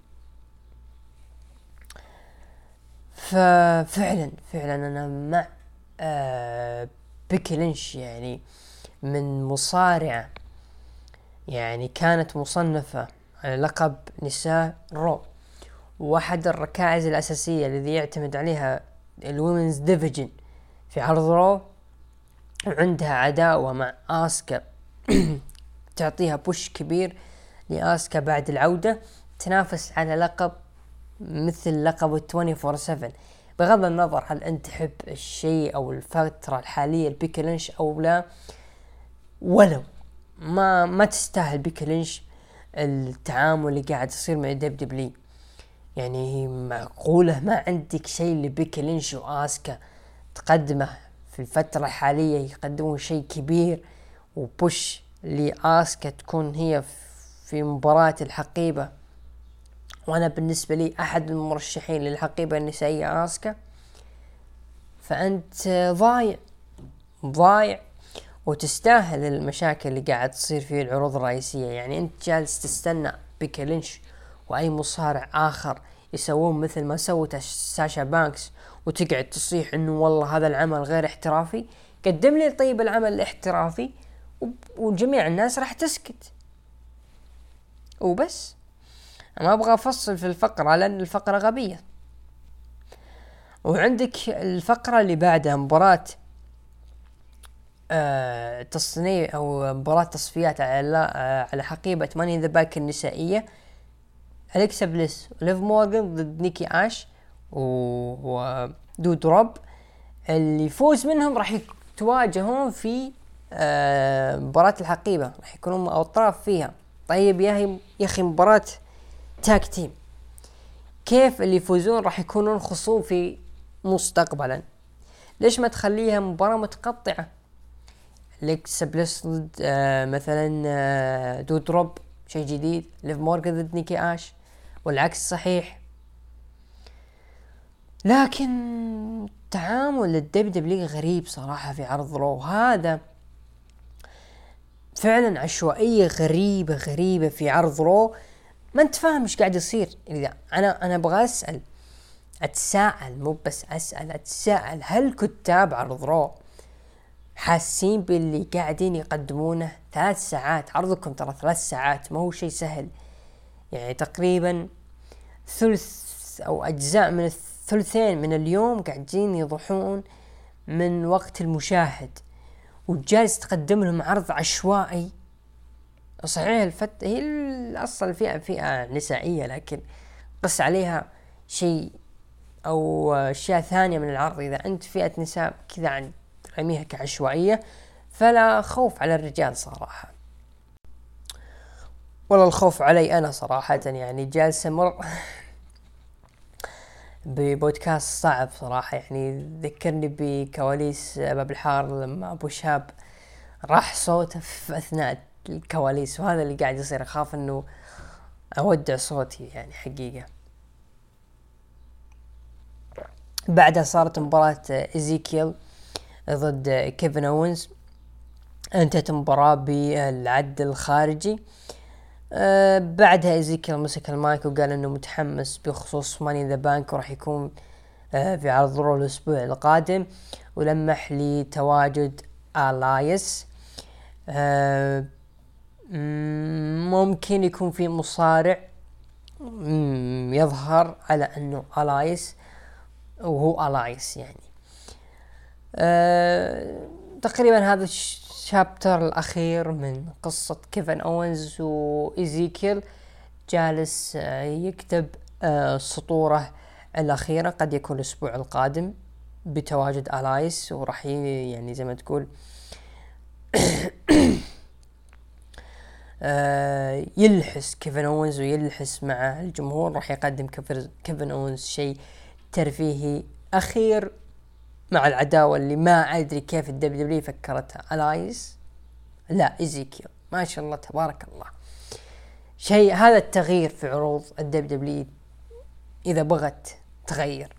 ففعلا فعلا أنا مع آه بيكي لينش، يعني من مصارعة يعني كانت مصنفة على لقب نساء رو، واحد الركائز الأساسية الذي يعتمد عليها الومنز ديفيجن في عرض رو، وعندها عداوة مع آسكا تعطيها بوش كبير لآسكا بعد العودة، تنافس على لقب مثل لقب أربعة وعشرين سبعة. بغض النظر هل أنت تحب الشيء أو الفترة الحالية لبيكي لينش أو لا، ولو ما ما تستاهل بيكي لينش التعامل اللي قاعد يصير مع دب دبلي. يعني معقولة ما عندك شيء لبيكي لينش وآسكا تقدمه في الفترة الحالية؟ يقدمون شيء كبير وبوش لآسكا تكون هي في مباراة الحقيبة، وانا بالنسبة لي احد المرشحين للحقيبة النسائية آسكا. فانت ضايع ضايع وتستاهل المشاكل اللي قاعد تصير في العروض الرئيسية. يعني انت جالس تستنى بيكي لينش واي مصارع اخر يسوون مثل ما سوت ساشا بانكس وتقعد تصيح انه والله هذا العمل غير احترافي؟ قدم لي طيب العمل الاحترافي وجميع الناس راح تسكت وبس. ما ابغى افصل في الفقرة لان الفقرة غبية. وعندك الفقرة اللي بعدها مباراة آه تصنيع او مباراة تصفيات على آه على حقيبة ماني ذا باك النسائية، أليكسا بليس وليف مورغان ضد نيكي آش ودود روب. اللي يفوز منهم راح يتواجهون في آه مباراة الحقيبة، راح يكونون أطراف فيها. طيب يا أخي مباراة تاك تيم، كيف اللي يفوزون راح يكونون خصوم في مستقبلا؟ ليش ما تخليها مباراة متقطعة؟ أليكسا بليس ضد آه مثلا آه دود روب شيء جديد، ليف مورغان ضد نيكي آش والعكس صحيح. لكن تعامل الدب دبليو غريب صراحة في عرض رو، هذا فعلا عشوائية غريبة غريبة في عرض رو. ما انت فاهم ايش قاعد يصير. اذا انا انا ابغى اسال اتساءل مو بس اسال اتساءل هل كتاب عرض رو حاسين باللي قاعدين يقدمونه؟ ثلاث ساعات عرضكم، ترى ثلاث ساعات ما هو شيء سهل. يعني تقريبا ثلث او اجزاء من الثلثين من اليوم قاعدين يضحون من وقت المشاهد، وجالس تقدم لهم عرض عشوائي. صحيح الفت هي الاصل الفئة فئة نسائية، لكن قس عليها شيء او اشياء ثانية من العرض. اذا انت فئة نساء كذا عن رميها كعشوائية فلا خوف على الرجال صراحة، ولا الخوف علي انا صراحة. يعني جالس امر ببودكاست صعب صراحة. يعني ذكرني بكواليس باب الحار لما أبو شاب راح صوته في أثناء الكواليس، وهذا اللي قاعد يصير. أخاف أنه أودع صوتي يعني حقيقة. بعدها صارت مباراة إيزيكيل ضد كيفن أوينز، انتهت المباراة بالعد الخارجي. أه بعدها إيزيكيل مسك المايك وقال انه متحمس بخصوص ماني ذا بانك، وراح يكون أه في عرض رو الاسبوع القادم، ولمح لتواجد الايس. أه ممكن يكون في مصارع يظهر على انه الايس وهو الايس يعني. أه تقريبا هذا الشابتر الاخير من قصة كيفن أوينز وإيزيكيل. جالس يكتب سطوره الاخيرة، قد يكون الاسبوع القادم بتواجد الايس، وراح يعني زي ما تقول يلحس كيفن أوينز ويلحس مع الجمهور. راح يقدم كيفن أوينز شيء ترفيهي اخير مع العداوة اللي ما ادري كيف الدبليو دبليو فكرتها. الايس لا إيزيكيل، ما شاء الله تبارك الله. شيء هذا التغيير في عروض الدبليو دبليو اذا بغت تغير.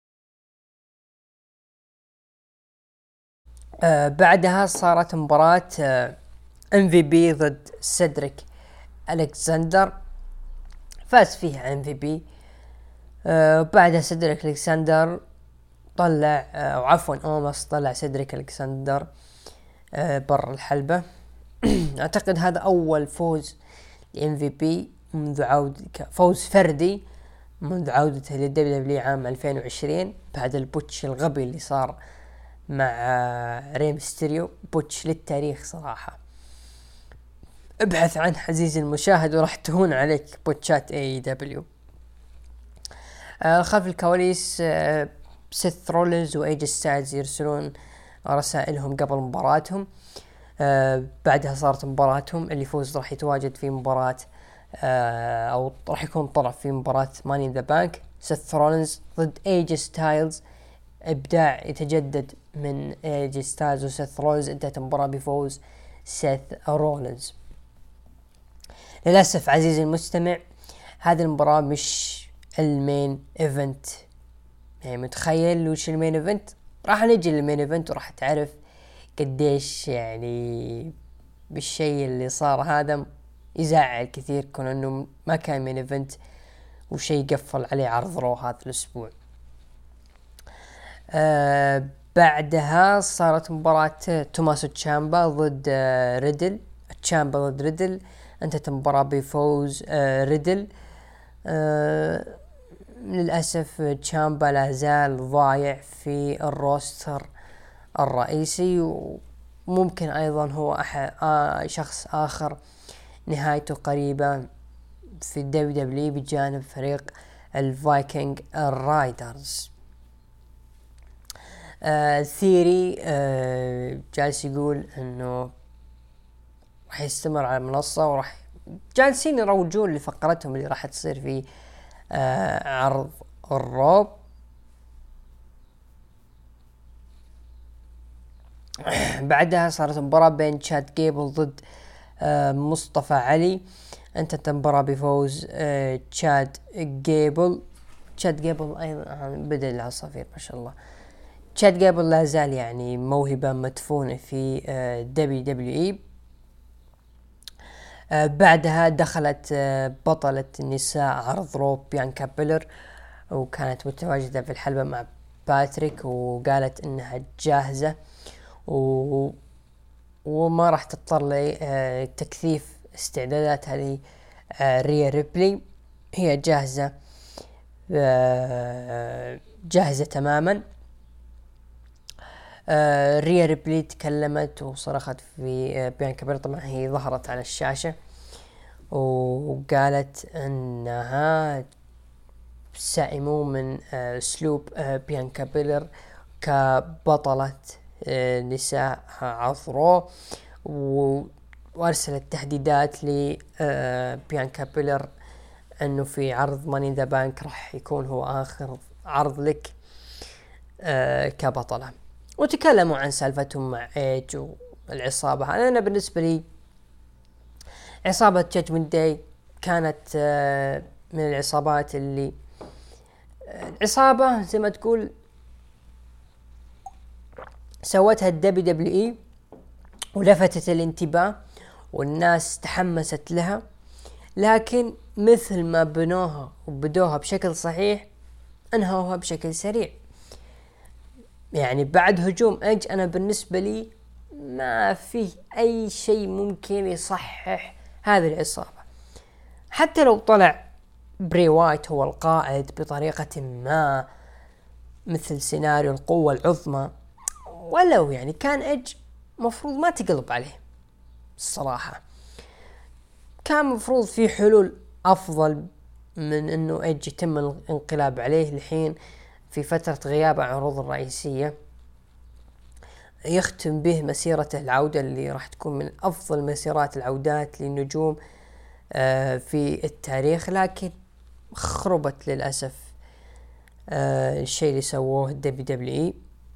آه بعدها صارت مباراة آه ام في بي ضد سيدريك الكسندر، فاز فيها ام في بي. آه بعدها سيدريك الكسندر طلع آه وعفوا اومس طلع سيدريك الكسندر آه بر الحلبة. اعتقد هذا اول فوز لام في بي منذ عودة، فوز فردي منذ عودته للدبليو دبليو عام ألفين وعشرين، بعد البوتش الغبي اللي صار مع ريم ستيريو. بوتش للتاريخ صراحة، ابحث عن عزيزي المشاهد وراح تهون عليك بوتشات اي دبليو. آه خلف الكواليس آه سيث رولينز وايج ستايلز يرسلون رسائلهم قبل مباراتهم. آه بعدها صارت مباراتهم، اللي يفوز راح يتواجد في مباراة آه او راح يكون طرف في مباراة ماني ذا بانك. سيث رولينز ضد ايج ستايلز، ابداع يتجدد من ايج ستايلز وسيث رولينز. انتهت المباراة بفوز سيث رولينز. للأسف عزيزي المستمع، هذه المباراة مش المين ايفنت. يعني متخيل وش المين ايفنت؟ راح نجي للمين ايفنت وراح تعرف قديش يعني بالشيء اللي صار هذا يزعل كثير، كون انه ما كان مين ايفنت وشيء قفل عليه عرض رو هذا الاسبوع. آه بعدها صارت مباراة توماسو تشامبا ضد آه ريدل. تشامبا ضد ريدل، انتهت المباراة بفوز آه ريدل. آه للأسف تشامبا لا زال ضايع في الروستر الرئيسي، وممكن ايضا هو أحد آه شخص اخر نهايته قريبة في الدبليو دبليو بجانب فريق الفايكنج الرايدرز. آه ثيري آه جالس يقول انه راح يستمر على المنصة، وراح جالسين يروجون لفقرتهم اللي راح تصير في آه عرض الروب. بعدها صارت مباراة بين تشاد جيبل ضد آه مصطفى علي. انتهت المباراة بفوز آه تشاد جيبل. تشاد جيبل ايضا بدأ العصافير ما شاء الله. تشاد جيبل لا زال يعني موهبة مدفونة في آه دبليو دبليو اي. آه بعدها دخلت آه بطلة النساء عرض روب بيانكا بيلر، وكانت متواجدة في الحلبة مع باتريك، وقالت انها جاهزة و... وما راح تضطر لتكثيف آه استعداداتها لي آه ريا ريبلي. هي جاهزة آه جاهزة تماما. آه ريا ريبلي تكلمت وصرخت في آه بيانكا بيلر. طبعا هي ظهرت على الشاشة وقالت انها سائموا من آه اسلوب آه بيانكا بيلر كبطلة آه نساء عثرو، وارسلت تهديدات لبيانكا بيلر انه في عرض ماني ذا بانك راح يكون هو اخر عرض لك آه كبطلة. وتكلموا عن سالفتهم مع ايج والعصابة. انا بالنسبة لي عصابة جادجمنت داي كانت آه من العصابات اللي آه عصابة زي ما تقول سوتها الدبليو دبليو اي ولفتت الانتباه والناس تحمست لها، لكن مثل ما بنوها وبدوها بشكل صحيح انهوها بشكل سريع. يعني بعد هجوم ايج انا بالنسبة لي ما فيه اي شيء ممكن يصحح هذه العصابة. حتى لو طلع بري وايت هو القائد بطريقة ما مثل سيناريو القوة العظمى، ولو يعني كان ايج مفروض ما تقلب عليه الصراحة. كان مفروض في حلول افضل من انه ايج يتم الانقلاب عليه الحين في فترة غياب عروض الرئيسية، يختم به مسيرته العودة اللي راح تكون من افضل مسيرات العودات للنجوم آه في التاريخ. لكن خربت للأسف آه الشيء اللي سووه الدبليو دبليو اي.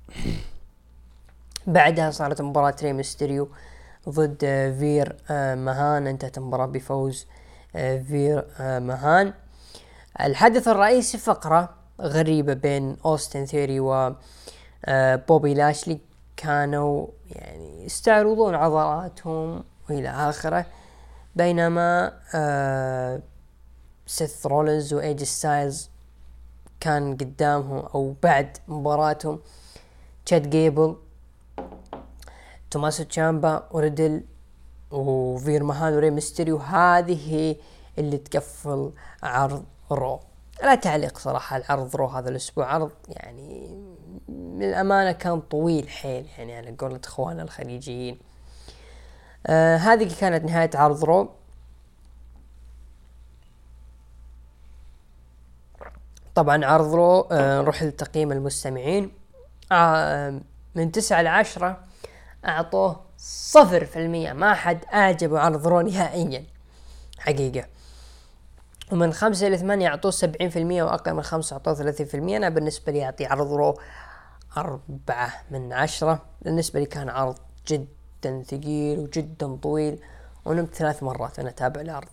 بعدها صارت مباراة ري ميستيريو ضد آه فير آه مهان، انتهت المباراة بفوز آه فير آه مهان. الحدث الرئيسي فقرة غريبة بين أوستن ثيري و آه بوبي لاشلي، كانوا يعني يستعرضون عضلاتهم والى اخره، بينما آه سيث رولينز وايج ستايلز كان قدامهم او بعد مباراتهم تشاد جيبل، توماسو تشامبا وريدل وفير مهان وري ميستيريو. هذه اللي تقفل عرض رو. لا تعليق صراحة العرض رو هذا الاسبوع، عرض يعني من الامانة كان طويل حيل يعني على قولة اخواننا الخليجيين. آه هذه كانت نهاية عرض رو. طبعا عرض رو آه نروح لتقييم المستمعين. آه من تسعة لعشرة اعطوه صفر في المية، ما حد اعجبه عرض رو نهائيا حقيقة. ومن خمسة إلى ثمانية أعطوه سبعين في المية، وأقل من خمسة أعطوه ثلاثين في المية. أنا بالنسبة لي أعطي عرض رو أربعة من عشرة. بالنسبة لي كان عرض جدا ثقيل وجدا طويل، ونمت ثلاث مرات أنا أتابع العرض.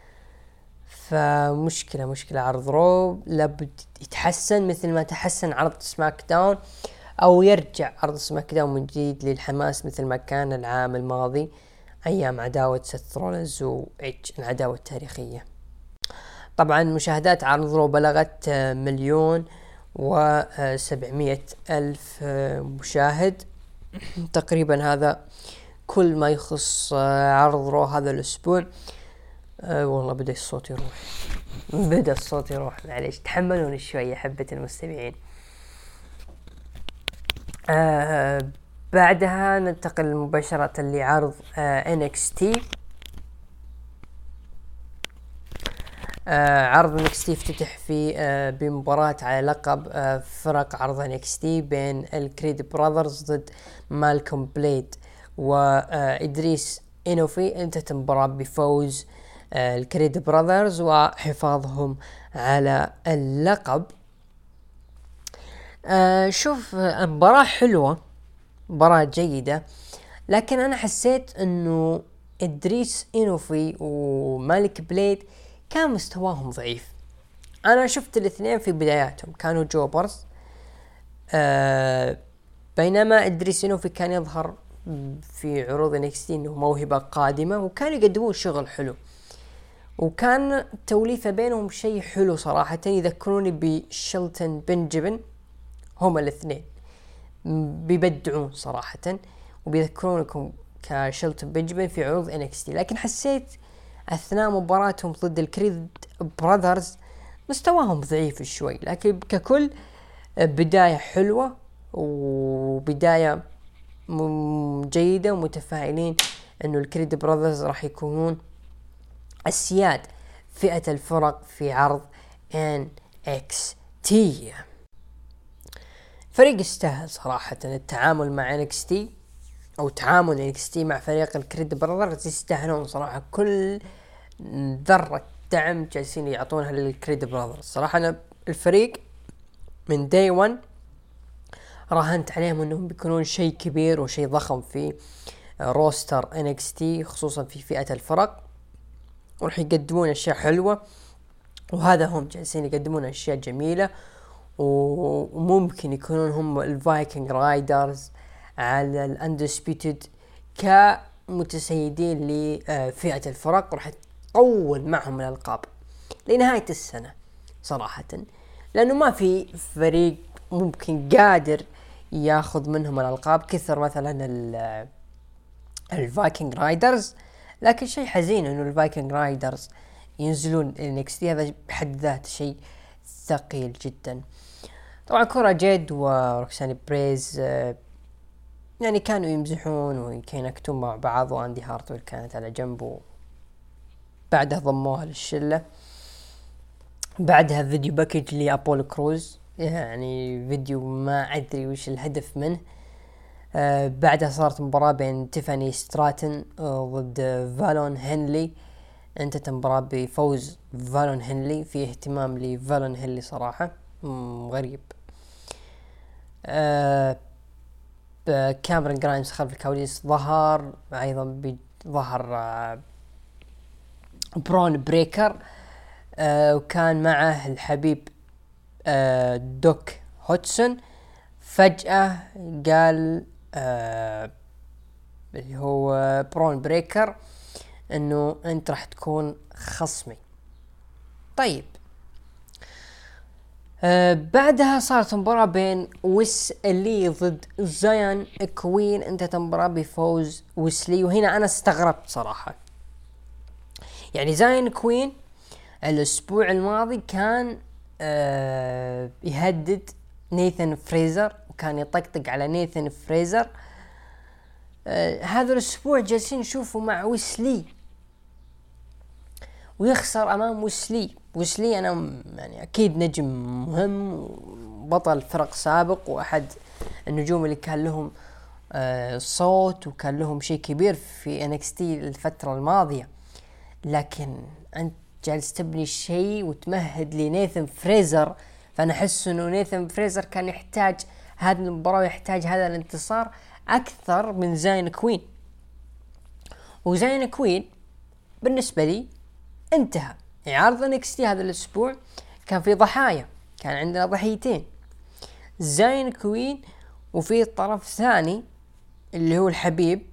فمشكلة مشكلة عرض رو لابد يتحسن مثل ما تحسن عرض سماك داون، أو يرجع عرض سماك داون من جديد للحماس مثل ما كان العام الماضي أيام عداوة سيث رولينز وإيج، العداوة التاريخية. طبعا مشاهدات عرض رو بلغت مليون وسبعمية ألف مشاهد تقريبا. هذا كل ما يخص عرض رو هذا الأسبوع. أه والله بدأ الصوت يروح بدأ الصوت يروح معليش تحملوني شوية حبة المستمعين. أه بعدها ننتقل مباشرة لعرض أه إن إكس تي. آه عرض إن إكس تي افتتح في آه بمباراة على لقب آه فرق عرض إن إكس تي بين الكريد براذرز ضد مالكوم بليد وإدريس إنوفي. انتهت المباراة بفوز آه الكريد براذرز وحفاظهم على اللقب. آه شوف آه مباراة حلوة، مباراة جيدة، لكن أنا حسيت أنه إدريس إنوفي ومالك بليد كان مستواهم ضعيف. انا شفت الاثنين في بداياتهم كانوا جوبرز، آه بينما ادريس إنوفي كان يظهر في عروض إن إكس تي انه موهبة قادمة، وكانوا يقدمون شغل حلو، وكان توليفة بينهم شيء حلو صراحة. يذكروني بشيلتون بنجبن، هما الاثنين بيبدعون صراحة، وبيذكرونكم كشيلتون بنجبن في عروض إن إكس تي. لكن حسيت أثناء مباراتهم ضد الكريد براذرز مستواهم ضعيف شوي، لكن ككل بداية حلوة وبداية جيدة، ومتفائلين أنه الكريد براذرز راح يكونون السياد فئة الفرق في عرض إن إكس تي. فريق يستاهل صراحة التعامل مع إن إكس تي، او تعامل إن إكس تي مع فريق الكريد براذرز. يستاهلون صراحة كل ذرة دعم جالسين يعطونها للكريد براذرز. صراحة أنا الفريق من داي ون راهنت عليهم انهم بيكونون شيء كبير وشيء ضخم في روستر إن إكس تي، خصوصا في فئة الفرق، ورح يقدمون اشياء حلوة. وهذا هم جالسين يقدمون اشياء جميلة، وممكن يكونون هم الفايكنج رايدرز على الاندسبيوتد كمتسيدين لفئة الفرق، ورح تطول معهم الالقاب لنهاية السنة صراحة، لانه ما في فريق ممكن قادر ياخذ منهم الالقاب كثر مثلا الفايكنج رايدرز. لكن شيء حزين انه الفايكنج رايدرز ينزلون إن إكس تي، هذا بحد ذاته شيء ثقيل جدا. طبعا كورا جيد وروكساني بريز يعني كانوا يمزحون ويكينكتون مع بعض، واندي هارتويل كانت على جنبه، بعدها ضموها للشلة. بعدها فيديو باكج لأبولو كروز، يعني فيديو ما أدري وش الهدف منه. آه بعدها صارت مباراة بين تيفاني ستراتن آه ضد فالون هنلي، انتهت المباراة بفوز فالون هنلي، في اهتمام لفالون هنلي صراحة غريب. آه كاميرون جرايمز خلف الكواليس ظهر ايضا، بظهر آه برون بريكر، آه وكان معه الحبيب آه دوك هوتسون. فجأة قال آه اللي هو برون بريكر انه انت راح تكون خصمي. طيب آه بعدها صارت مباراة بين ويس اللي ضد زايان كوين، انتهت المباراة بفوز ويسلي. وهنا انا استغربت صراحة، يعني زايان كوين الاسبوع الماضي كان آه يهدد نيثن فريزر، وكان يطقطق على نيثن فريزر. آه هذا الاسبوع جالسين نشوفه مع ويسلي ويخسر امام ويسلي. ويسلي انا يعني اكيد نجم مهم وبطل فرق سابق، واحد النجوم اللي كان لهم آه صوت وكان لهم شيء كبير في إن إكس تي الفترة الماضية. لكن انت جالس تبني شيء وتمهد لنيثن فريزر، فانا احس انه نيثن فريزر كان يحتاج هذه المباراة ويحتاج هذا الانتصار اكثر من زاين كوين. وزاين كوين بالنسبة لي انتهى. يعني عرض إن إكس تي هذا الاسبوع كان في ضحايا، كان عندنا ضحيتين، زاين كوين وفي الطرف ثاني اللي هو الحبيب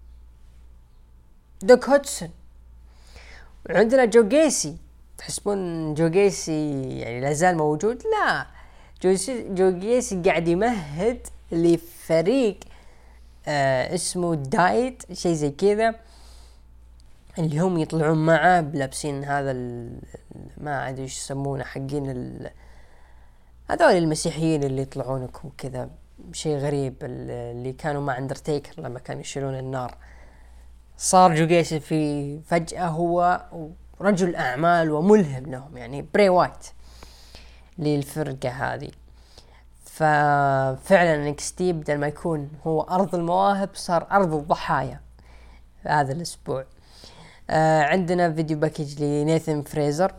دوك هوتسون. وعندنا جو جيسي. تحسبون جو جيسي يعني لازال موجود؟ لا، جو جيسي قاعد يمهد لفريق آه اسمه دايت شيء زي كذا، اللي هم يطلعون معه بلابسين هذا ما ادري ايش يسمونه حقين هذول المسيحيين اللي يطلعونكم كذا، شيء غريب، اللي كانوا مع اندرتيكر لما كانوا يشيلون النار. صار جو جيسي في فجأة هو رجل اعمال وملهم لهم، يعني بري وايت للفرقة هذه. ففعلا إن إكس تي بدل ما يكون هو ارض المواهب صار ارض الضحايا هذا الاسبوع. آه عندنا فيديو باكج لنيثن فريزر،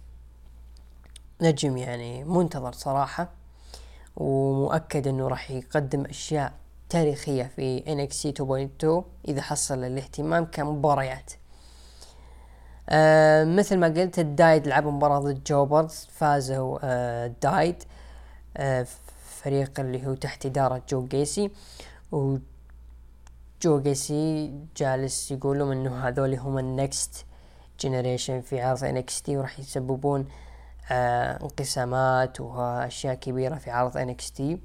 نجم يعني منتظر صراحة، ومؤكد انه راح يقدم اشياء تاريخية في إن إكس تي تو بوينت تو اذا حصل الاهتمام كمباريات. آه مثل ما قلت الدايد لعب مباراة ضد جوبرز، فازوا آه دايد آه فريق اللي هو تحت ادارة جو جيسي. و جو جيسي جالس يقولون انه هذول هم النكست جنريشن في عرض إن إكس تي، وراح يسببون آه انقسامات واشياء كبيرة في عرض إن إكس تي.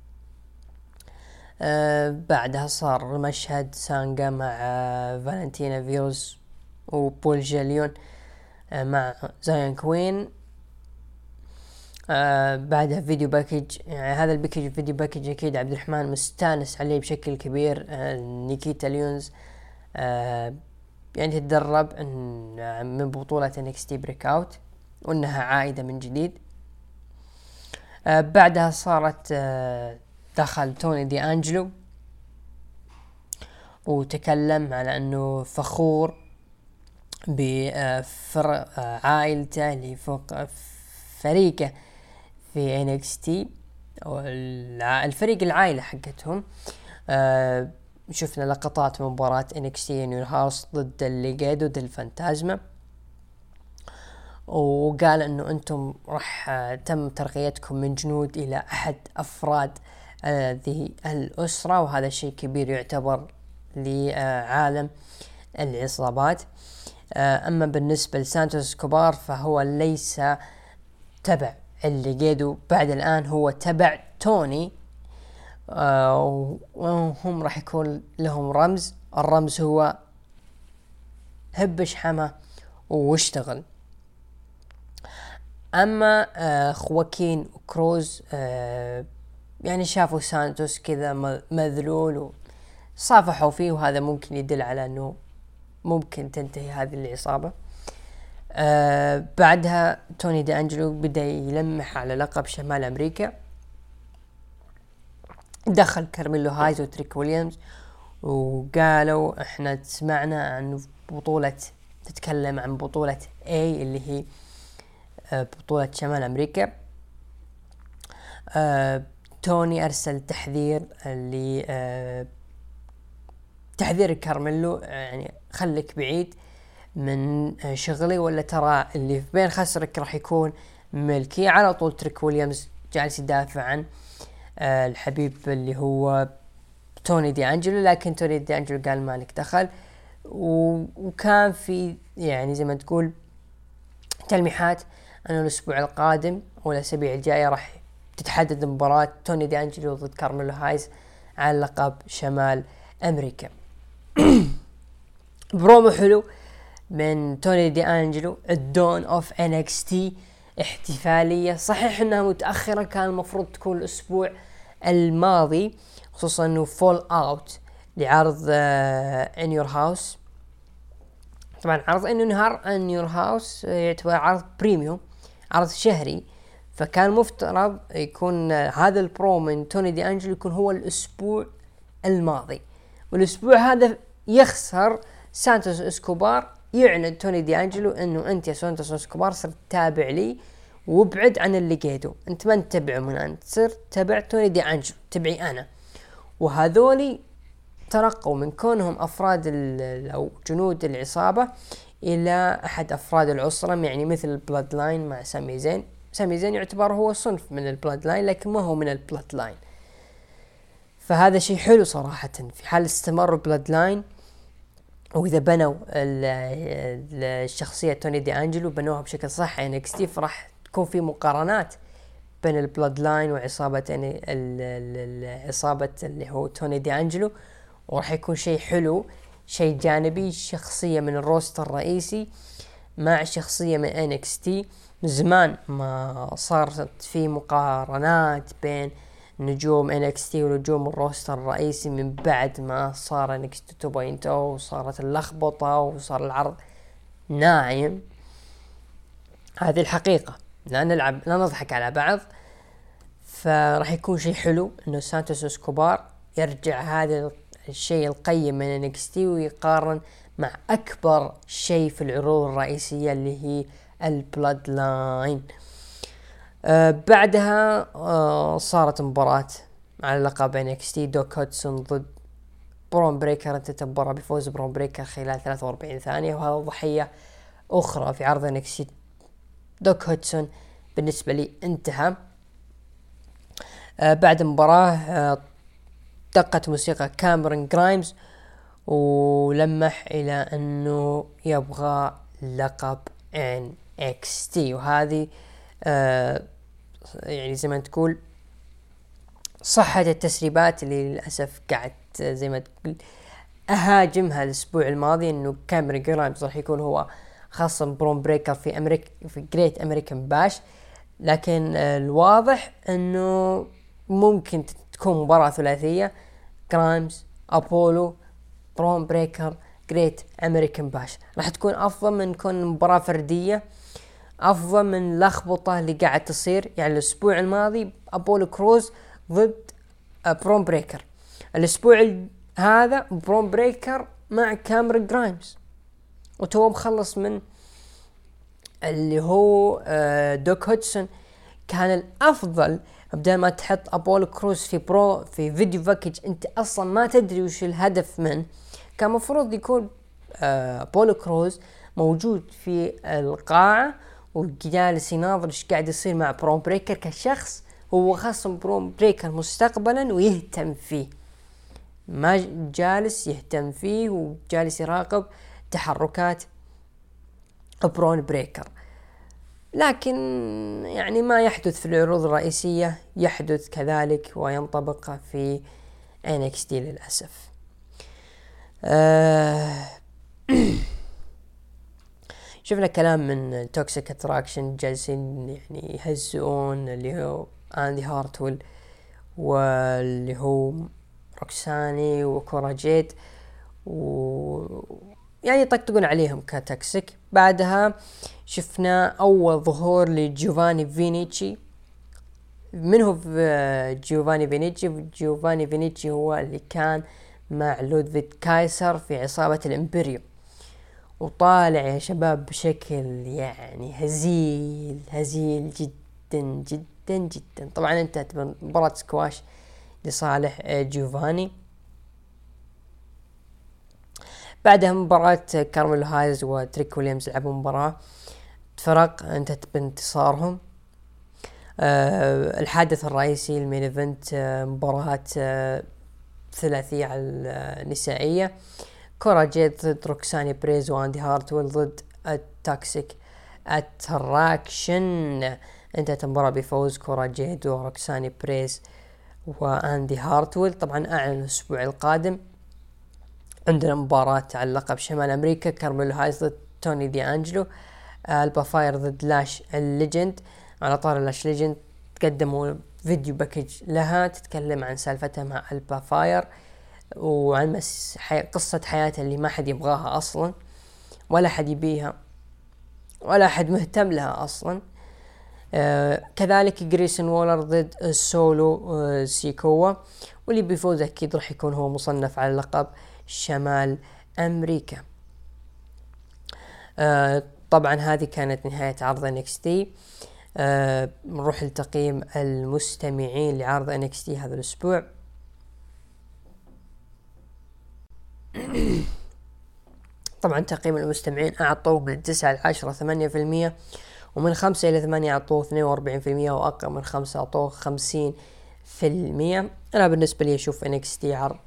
آه بعدها صار مشهد سانجا مع آه فالنتينا فيروز وبول جاليون آه مع زاين كوين. آه بعدها فيديو باكج، يعني هذا الباكج فيديو باكج اكيد عبد الرحمن مستانس عليه بشكل كبير. آه نيكيتا ليونز آه يعني تتدرب من بطولة إن إكس تي بريك اوت، وانها عائدة من جديد. آه بعدها صارت آه دخل توني دي أنجلو وتكلم على انه فخور بفرق عائلته اللي فوق فريقه في إن إكس تي أو الفريق العائلة حقتهم. آه شفنا لقطات من مباراة إن إكس تي إن يور هاوس ضد الليجادو ضد الفانتازما، وقال انه انتم راح تم ترقيتكم من جنود الى احد افراد هذه الاسرة، وهذا شيء كبير يعتبر لعالم العصابات. اما بالنسبة لسانتوس كوبار فهو ليس تبع الليجادو بعد الان، هو تبع توني، وهم راح يكون لهم رمز، الرمز هو هبش حما واشتغل. اما آه خواكين وكروز آه يعني شافوا سانتوس كذا مذلول وصافحوا فيه، وهذا ممكن يدل على انه ممكن تنتهي هذه العصابة. آه بعدها توني دي أنجلو بدأ يلمح على لقب شمال امريكا، دخل كارميلو هايز وتريك ويليامز وقالوا احنا سمعنا عن بطولة تتكلم عن بطولة A اللي هي بطولة شمال أمريكا. آه، توني أرسل تحذير اللي آه، تحذير كارميلو، يعني خليك بعيد من آه، شغلي ولا ترى اللي في بين خسرك راح يكون ملكي. على طول تريك ويليامز جالس يدافع عن آه، الحبيب اللي هو توني دي أنجلو، لكن توني دي أنجلو قال مالك دخل. وكان في يعني زي ما تقول تلميحات أنه الأسبوع القادم أو الأسابيع الجاية راح تتحدد مباراة توني دي أنجلو ضد كارميلو هايز على لقب شمال أمريكا. برومو حلو من توني دي أنجلو، الدون أوف إن إكس تي، احتفالية صحيح أنها متأخرة، كان المفروض تكون الأسبوع الماضي، خصوصا أنه فول أوت لعرض إن يور هاوس. طبعا عرض إن نهار إن يور هاوس يعتبر عرض بريميوم، عرض شهري، فكان مفترض يكون هذا البرو من توني دي أنجلو يكون هو الأسبوع الماضي، والأسبوع هذا يخسر سانتوس اسكوبار. يعلن توني دي أنجلو إنه أنت يا سانتوس اسكوبار صرت تابع لي وابعد عن الليجادو، أنت ما تتبع من أنت صرت تبع توني دي أنجلو، تبعي أنا. وهذولي ترقوا من كونهم أفراد أو جنود العصابة إلى أحد أفراد العصرة، يعني مثل البلاد لاين مع سامي زين. سامي زين يعتبر هو صنف من البلاد لاين لكن ما هو من البلاد لاين، فهذا شيء حلو صراحة. في حال استمروا بلاد لاين وإذا بنوا الشخصية توني دي أنجلو بنوها بشكل صح إن إكس تي، فراح تكون في مقارنات بين البلاد لاين وعصابة العصابة اللي هو توني دي أنجلو، وراح يكون شيء حلو، شيء جانبي، شخصية من الروستر الرئيسي مع شخصية من إن إكس تي. من زمان ما صارت في مقارنات بين نجوم إن إكس تي ونجوم الروستر الرئيسي من بعد ما صار إن إكس تي تو بوينت أو، وصارت اللخبطة وصار العرض ناعم. هذه الحقيقة، لا نلعب لا نضحك على بعض. فراح يكون شيء حلو إنه سانتوس اسكوبار يرجع هذا الشيء القيم من إن إكس تي ويقارن مع أكبر شيء في العروض الرئيسية اللي هي البلاد لاين. آه بعدها آه صارت مباراة على لقب إن إكس تي، دوك هودسون ضد برون بريكر. انتهت المباراة بفوز برون بريكر خلال ثلاثة وأربعين ثانية، وهذا ضحية أخرى في عرض إن إكس تي. دوك هودسون بالنسبة لي انتهى. آه بعد المباراة آه دقت موسيقى كاميرون جرايمز ولمح إلى أنه يبغى لقب إن إكس تي، وهذه آه يعني زي ما تقول صحة التسريبات اللي للأسف قاعد زي ما تقول أهاجمها الأسبوع الماضي، أنه كاميرون جرايمز راح يكون هو خاصم برون بريكر في أمريكا في جريت أمريكان باش، لكن آه الواضح أنه ممكن تكون مباراة ثلاثية، جرايمز أبولو برون بريكر جريت أمريكان باش. راح تكون أفضل من كون مباراة فردية، أفضل من لخبطة اللي قاعد تصير. يعني الأسبوع الماضي أبولو كروز ضد برون بريكر، الأسبوع هذا برون بريكر مع كاميرون جرايمز، وتوه مخلص من اللي هو دوك هودسون كان الافضل بدل ما تحط ابولو كروز في برو في فيديو باكج انت اصلا ما تدري وش الهدف منه، كان مفروض يكون ابولو كروز موجود في القاعة وجالس يناظر ايش قاعد يصير مع برون بريكر كشخص هو خصم برون بريكر مستقبلا ويهتم فيه، ما جالس يهتم فيه وجالس يراقب تحركات برون بريكر. لكن يعني ما يحدث في العروض الرئيسية يحدث كذلك وينطبق في إن إكس تي للأسف. أه شفنا كلام من توكسيك اتراكشن جالسين يعني يهزئون اللي هو اندي هارتول واللي هو روكساني وكورا جيد و يعني يطقطقون عليهم كتوكسيك. بعدها شفنا اول ظهور لجيوفاني فينيتشي. من هو جيوفاني فينيتشي؟ جيوفاني فينيتشي هو اللي كان مع لودفيد كايسر في عصابة الامبريو، وطالع يا شباب بشكل يعني هزيل هزيل جدا جدا جدا. طبعا انتهت مباراة سكواش لصالح جيوفاني. بعدها مباراة كارميلو هايز وتريك ويليامز لعبوا مباراة فرق انتهت بانتصارهم. أه الحادث الرئيسي المين ايفنت أه مباراة أه ثلاثية النسائية، كورا جيد ضد روكساني بريز واندي هارتويل ضد التوكسيك اتراكشن. انتهت المباراة بفوز كورا جيد وروكساني بريز واندي هارتويل. طبعا اعلن الاسبوع القادم عندنا مباراة على لقب شمال امريكا، كارميلو هايز ضد توني دي انجلو، البا فاير ضد لاش الليجند. على طار لاش ليجند تقدموا فيديو باكج لها تتكلم عن سالفتها مع البا فاير وعن مس حي... قصة حياته اللي ما حد يبغاها أصلا ولا حد يبيها ولا حد مهتم لها أصلا. آه كذلك جريسون وولر ضد السولو آه سيكوا، واللي بيفوز أكيد راح يكون هو مصنف على لقب شمال أمريكا. آه طبعا هذه كانت نهاية عرض إن إكس تي. آه نروح لتقييم المستمعين لعرض إن إكس تي هذا الأسبوع. طبعا تقييم المستمعين أعطوه من تسعة لعشرة ثمانية في المية، ومن خمسة إلى ثمانية أعطوه اثنين وأربعين في المية، وأقل من خمسة أعطوه خمسين في المية. أنا بالنسبة لي أشوف إن إكس تي عرض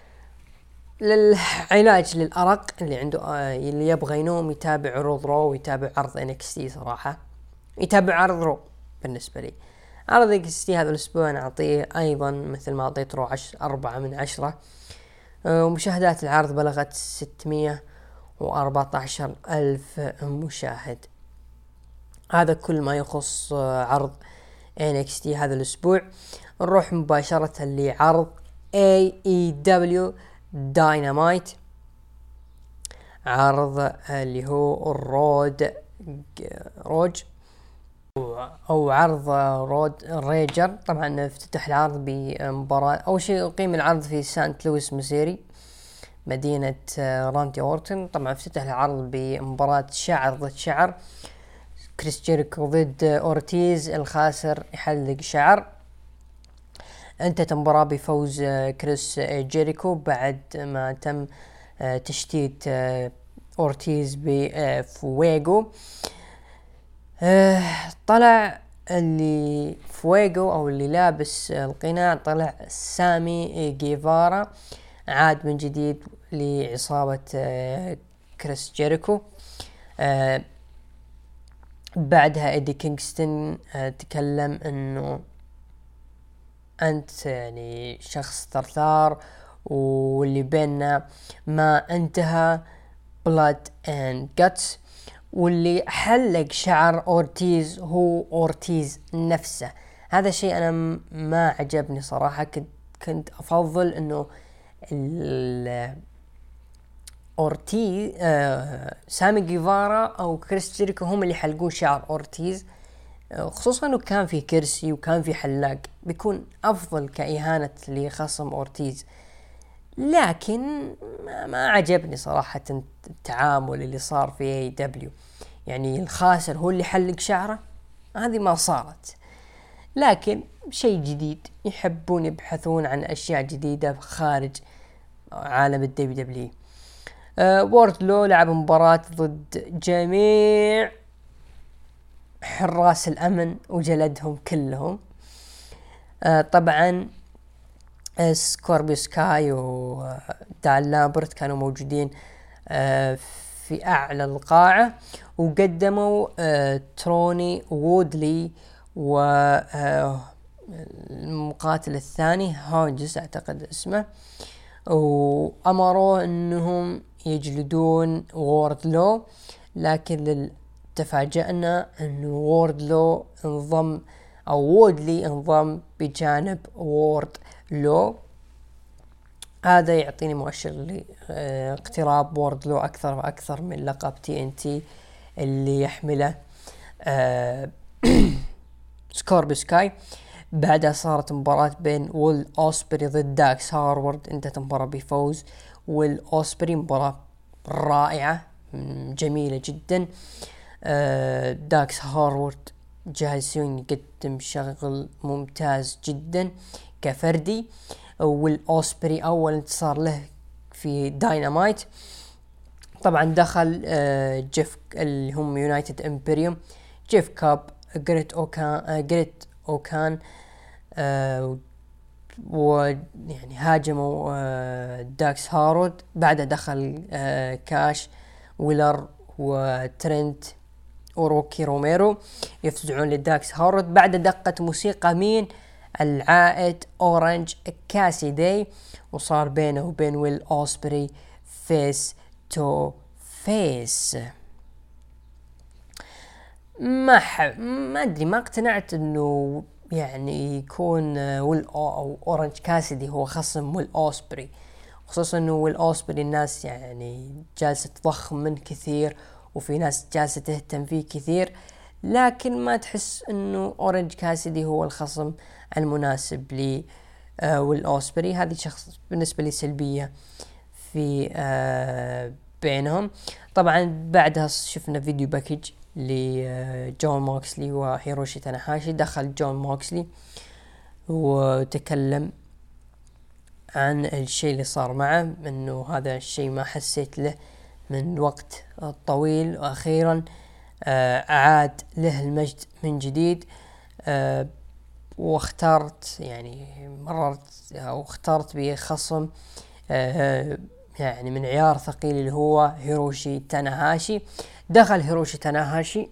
للعلاج للأرق اللي عنده آه اللي يبغى ينوم يتابع عروض رو ويتابع عرض إن إكس تي. صراحة يتابع عرض رو. بالنسبة لي عرض إن إكس تي هذا الأسبوع أنا أعطيه أيضا مثل ما أعطيت رو عش أربعة من عشرة. آه ومشاهدات العرض بلغت ستمية وأربعة عشر ألف مشاهد. هذا كل ما يخص آه عرض إن إكس تي هذا الأسبوع. نروح مباشرة لعرض إيه إي دبليو داينامايت، عرض اللي هو الرود روج او عرض رود ريجر. طبعا افتتح العرض بمباراة اول شيء اقيم العرض في سانت لويس ميسيري مدينة راندي اورتن. طبعا افتتح العرض بمباراة شعر ضد شعر، كريس جيريكو ضد اورتيز، الخاسر يحلق شعر. انتهت المباراة بفوز كريس جيريكو بعد ما تم تشتيت اورتيز بفويغو. طلع اللي فويغو او اللي لابس القناع طلع سامي جيفارا، عاد من جديد لعصابة كريس جيريكو. بعدها ايدي كينغستون تكلم انه انت يعني شخص ثرثار واللي بيننا ما انتهى blood and guts، واللي حلق شعر اورتيز هو اورتيز نفسه. هذا شيء انا ما عجبني صراحة. كنت كنت افضل انه اورتيز آه سامي جيفارا او كريس جيريكو هم اللي يحلقون شعر اورتيز، خصوصا انه كان في كرسي وكان في حلاق، بيكون افضل كإهانة لخصم اورتيز. لكن ما عجبني صراحة التعامل اللي صار في إيه إي دبليو، يعني الخاسر هو اللي حلق شعره، هذه ما صارت. لكن شيء جديد، يحبون يبحثون عن اشياء جديدة خارج عالم الدبليو دبليو. أه ووردلو لعب مباراة ضد جميع حراس الامن وجلدهم كلهم. أه طبعا سكوربيو سكاي ودان لامبرت كانوا موجودين أه في اعلى القاعة، وقدموا أه تروني وودلي والمقاتل الثاني هونجز اعتقد اسمه، وامروه انهم يجلدون ووردلو. لكن تفاجأنا انه ووردلو انضم او وودلي انضم بجانب ووردلو. هذا يعطيني مؤشر لاقتراب ووردلو اكثر واكثر من لقب تي ان تي اللي يحمله أه سكوربيو سكاي. بعدها صارت مباراة بين ويل أوسبري ضد داكس هارورد، انتهت المباراة بفوز ويل أوسبري. مباراة رائعة جميلة جدا. أه داكس هارورد جالسون يقدم شغل ممتاز جدا كفردي. ويل أوسبري أول انتصار له في داينامايت. طبعا دخل أه جيف اللي هم يونايتد امبريوم، جيف كاب، جريت أوكان أه جريت أوكان أه ويعني هاجموا أه داكس هارود. بعد دخل أه كاش ويلر وترنت وروكي روميرو يفزعون لداكس هارود. بعد دقة موسيقى مين؟ العائد أورنج كاسيدي، وصار بينه وبين ويل أوسبري فيس تو فيس. ما ح... ما ادري، ما اقتنعت انه يعني يكون ويل او اورنج كاسيدي هو خصم ويل اوسبري، خصوصا انه ويل اوسبري الناس يعني جالسة تضخم من كثير وفي ناس جالسة تهتم فيه كثير، لكن ما تحس انه اورنج كاسيدي هو الخصم المناسب لي آه ويل اوسبري. هذه شخص بالنسبة لي سلبية في آه بينهم. طبعا بعدها شفنا فيديو باكج لجون موكسلي وهيروشي تاناهاشي. دخل جون موكسلي وتكلم عن الشيء اللي صار معه، انه هذا الشيء ما حسيت له من وقت طويل، واخيرا اعاد له المجد من جديد. واخترت يعني مررت او اخترت بخصم يعني من عيار ثقيل اللي هو هيروشي تاناهاشي. دخل هيروشي تاناهاشي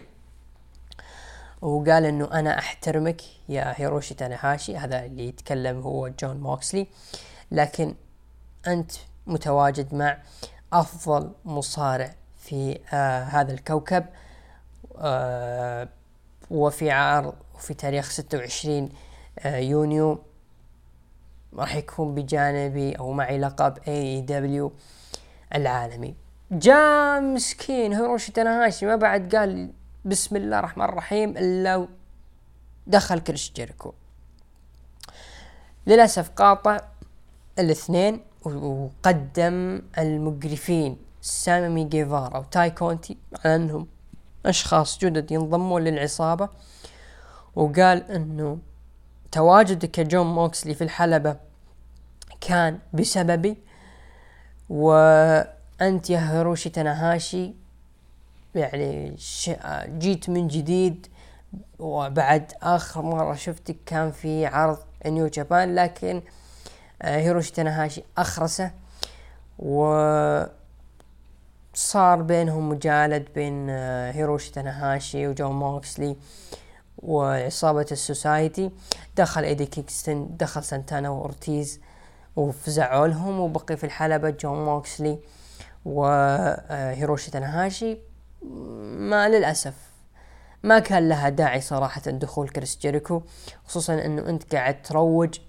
وقال انه انا احترمك يا هيروشي تاناهاشي، هذا اللي يتكلم هو جون موكسلي، لكن انت متواجد مع افضل مصارع في آه هذا الكوكب، آه وفي عرض وفي تاريخ ستة وعشرين آه يونيو راح يكون بجانبي او معي لقب إيه إي دبليو العالمي. جاء مسكين هيروشي تاناهاشي ما بعد قال بسم الله الرحمن الرحيم الا دخل كريس جيريكو. للأسف قاطع الاثنين وقدم المقرفين سامي جيفارا وتاي كونتي على انهم اشخاص جدد ينضمون للعصابة، وقال انه تواجدك كجون موكسلي في الحلبة كان بسببي، وأنت يا هيروشي تاناهاشي يعني جيت من جديد، وبعد آخر مرة شفتك كان في عرض نيو جابان، لكن هيروشي تاناهاشي أخرسه وصار بينهم مجالد بين هيروشي تاناهاشي وجون موكسلي وعصابة السوسايتي. دخل ايدي كيكستن، دخل سانتانا وأورتيز وفزعوا لهم، وبقي في الحلبة جون موكسلي وهيروشي تاناهاشي. ما للأسف ما كان لها داعي صراحة دخول كريس جيريكو، خصوصا انه انت قاعد تروج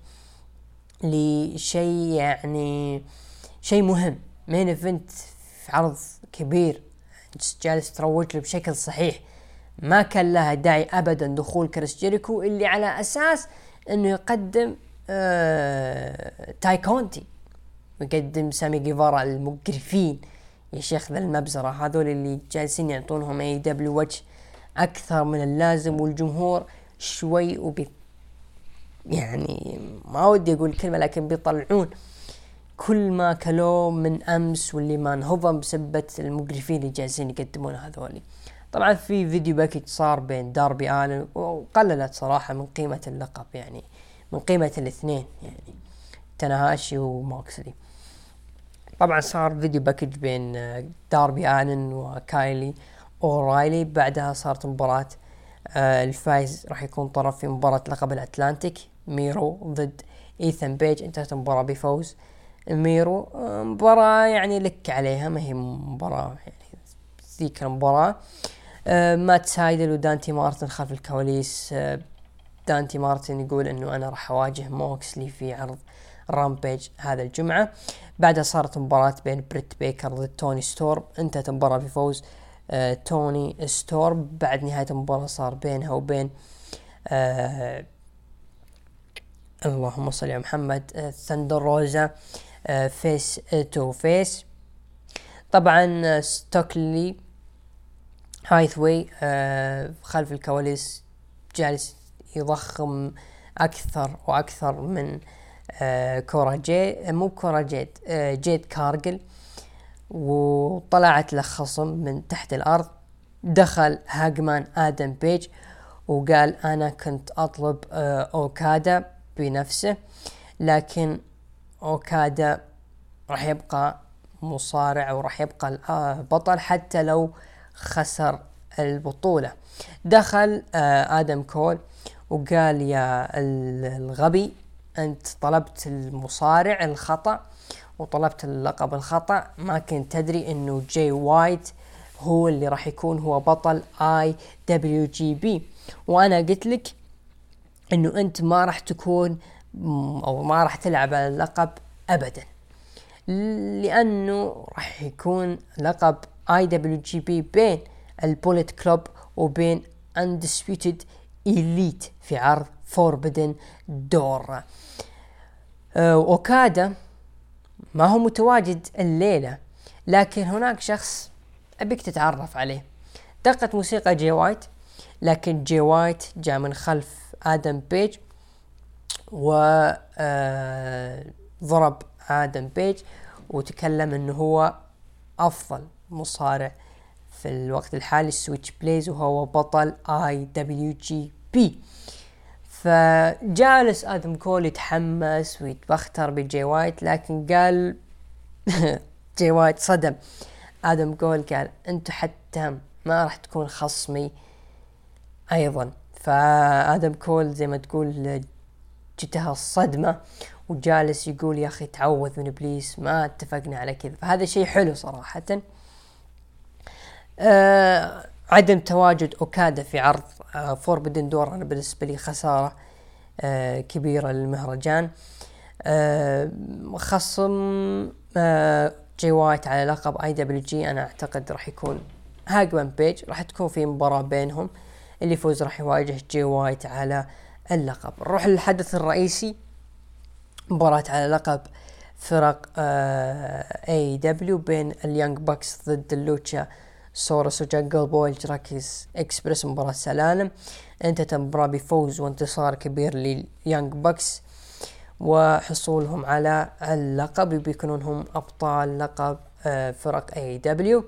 لشيء يعني شيء مهم، مين ايفنت في عرض كبير جالس تروج له بشكل صحيح. ما كان لها داعي ابدا دخول كريس جيريكو اللي على اساس انه يقدم آه تاي كونتي ويقدم سامي جيفارا المقرفين. يا شيخ ذا المبزرة هذول اللي جالسين يعطونهم اي دبليو وجه اكثر من اللازم، والجمهور شوي وبي يعني ما ودي اقول كلمة لكن بيطلعون كل ما كلوه من امس واللي ما انهضم بسبة المقرفين اللي جالسين يقدمون هذولي. طبعا في فيديو باكج صار بين داربي آلن وقللت صراحة من قيمة اللقب، يعني من قيمة الاثنين يعني تناهاشي وموكسلي. طبعا صار فيديو باكج بين داربي آلن وكايلي أورايلي، بعدها صارت مباراة آه الفايز راح يكون طرف في مباراة لقب الأتلانتيك ميرو ضد إيثان بيج. انتهت المباراة بفوز ميرو. آه مباراة يعني لك عليها، ما هي مباراة يعني ذيك المباراة. آه مات سايدل ودانتي مارتن خلف الكواليس. آه دانتي مارتن يقول انه انا راح اواجه موكسلي في عرض رامبيج هذا الجمعة. بعدها صارت مباراة بين بريت بيكر ضد توني ستورم، انتهت المباراة بفوز آه توني ستورم. بعد نهاية المباراة صار بينها وبين آه اللهم صل على محمد آه ثاندر روزا آه فيس آه تو فيس. طبعا آه ستوكلي هايثوي آه خلف الكواليس جالس يضخم اكثر واكثر من آه كورا جي مو كورا جيد آه جيد كارجل، وطلعت له خصم من تحت الارض. دخل هاجمان ادم بيج وقال انا كنت اطلب آه اوكادا بنفسه، لكن اوكادا راح يبقى مصارع وراح يبقى بطل حتى لو خسر البطولة. دخل آه آدم كول وقال يا الغبي أنت طلبت المصارع الخطأ وطلبت اللقب الخطأ، ما كنت تدري أنه جاي وايت هو اللي راح يكون هو بطل آي دبليو جي بي، وأنا قلت لك أنه أنت ما راح تكون أو ما راح تلعب على اللقب أبدا، لأنه راح يكون لقب آي دبليو جي بي بين البوليت كلوب وبين Undisputed Elite في عرض Forbidden Door. أوكادا ما هو متواجد الليلة، لكن هناك شخص أبيك تتعرف عليه. دقت موسيقى جي وايت، لكن جي وايت جاء من خلف آدم بيج وضرب آدم بيج وتكلم انه هو افضل مصارع في الوقت الحالي سويتش بليز وهو بطل آي دبليو جي بي. فجالس آدم كول يتحمس ويتبختر بجي وايت، لكن قال جي وايت صدم آدم كول، قال انتو حتى ما راح تكون خصمي ايضا. فآدم كول زي ما تقول جتها الصدمة وجالس يقول يا أخي تعوذ من إبليس، ما اتفقنا على كذا. فهذا شيء حلو صراحة. آه عدم تواجد أوكادا في عرض آه فوربدن دور أنا بالنسبة لي خسارة آه كبيرة للمهرجان. آه خصم آه جي وايت على لقب آي دبليو جي أنا أعتقد راح يكون هاجمان بيج، راح تكون في مباراة بينهم، اللي يفوز راح يواجه جي وايت على اللقب. نروح للحدث الرئيسي، مباراة على لقب فرق اي دبليو بين اليانج باكس ضد اللوتشا سورس وجنجل بوي جراكيس اكسبرس، مباراة سلالم. انتهت المباراة بفوز وانتصار كبير لليانج باكس وحصولهم على اللقب، وبيكونون هم ابطال لقب فرق اي دبليو.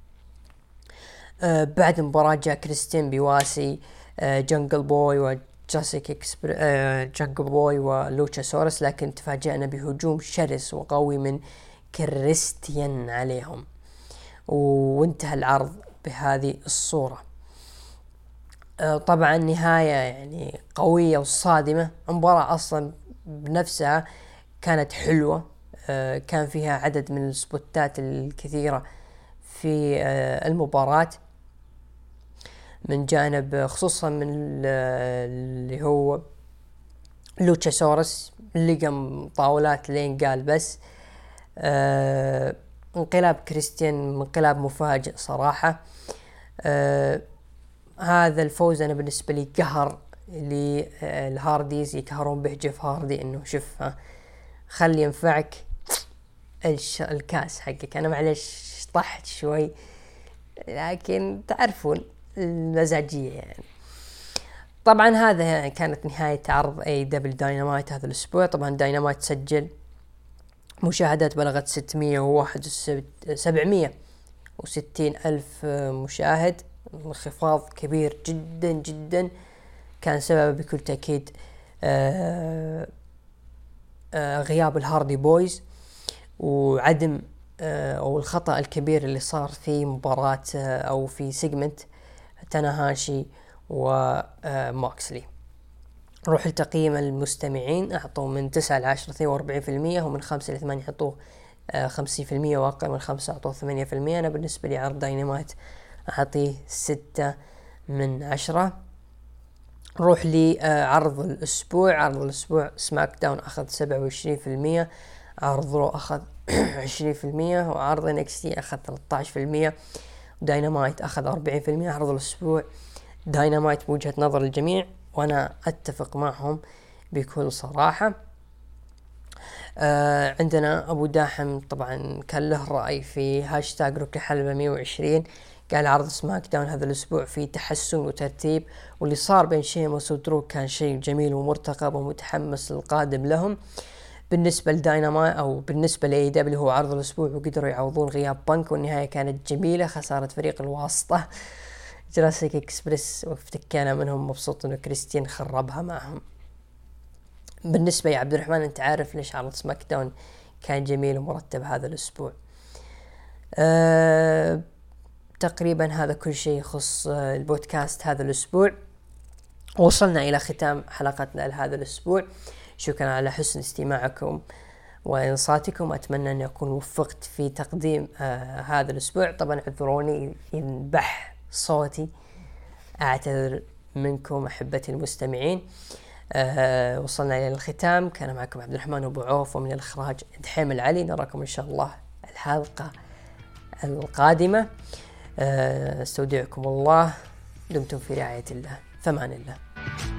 بعد مباراة جاء كريستين بيواسي جنجل بوي جاسيك اكسبر آه جانجل بوي ولوتشا سورس، لكن تفاجأنا بهجوم شرس وقوي من كريستيان عليهم، وانتهى العرض بهذه الصورة. آه طبعا نهاية يعني قوية وصادمة. المباراة أصلا بنفسها كانت حلوة، آه كان فيها عدد من السبوتات الكثيرة في آه المباراة من جانب خصوصا من اللي هو لوتشاسورس اللي قام طاولات لين قال بس. آه انقلاب كريستيان انقلاب مفاجئ صراحة. آه هذا الفوز أنا بالنسبة لي قهر للهارديز يقهرون به جيف هاردي انه شوف خلي ينفعك الكاس حقك. انا معلش طحت شوي لكن تعرفون المزاجية يعني. طبعا هذا كانت نهاية عرض اي دبليو داينامايت هذا الاسبوع. طبعا داينامايت سجل مشاهدات بلغت ستمية وواحد سبعمية وستين ألف مشاهد، انخفاض كبير جدا جدا كان سبب بكل تأكيد آه آه غياب الهاردي بويز وعدم آه أو الخطأ الكبير اللي صار في مباراة آه أو في سيجمنت تاناهاشي وماكسلي. نروح لتقييم المستمعين، أعطوا من تسعة لعشرة اثنين وأربعين في المية، ومن خمسة لثمانية أعطوه خمسين في المية، وأقل من خمسة أعطوه ثمانية في المية. أنا بالنسبة لي عرض داينامايت أعطيه ستة من عشرة. نروح لعرض الأسبوع. عرض الأسبوع سماك داون أخذ سبعة وعشرين في المية، عرض رو أخذ عشرين في المية، وعرض إن إكس تي أخذ ثلاثة عشر في المية، داينامايت أخذ أربعين في المية. عرض الأسبوع داينامايت بوجهة نظر الجميع، وأنا أتفق معهم بكل صراحة. آه عندنا أبو داحم طبعا كان له رأي في هاشتاج ركن الحلبة مية وعشرين، قال عرض سماك داون هذا الأسبوع في تحسن وترتيب، واللي صار بين شيموس ودرو كان شيء جميل ومرتقب ومتحمس للقادم لهم. بالنسبة لداينامايت أو بالنسبة لأي دبليو هو عرض الأسبوع وقدروا يعوضون غياب بانك، والنهاية كانت جميلة. خسارة فريق الواسطة جراسيك اكسبريس وفتكينا منهم، مبسوط انه كريستيان خربها معهم. بالنسبة يا عبد الرحمن، انت عارف ليش عرض سماك داون كان جميل ومرتب هذا الاسبوع؟ أه تقريبا هذا كل شيء يخص البودكاست هذا الاسبوع. وصلنا الى ختام حلقتنا لهذا الاسبوع. شكرا على حسن استماعكم وإنصاتكم. أتمنى أن أكون وفقت في تقديم آه هذا الأسبوع. طبعا اعذروني إن بح صوتي، أعتذر منكم أحبتي المستمعين. آه وصلنا إلى الختام. كان معكم عبد الرحمن أبو عوف، ومن الإخراج دحيم العلي. نراكم إن شاء الله الحلقة القادمة. آه استودعكم الله، دمتم في رعاية الله، فمان الله.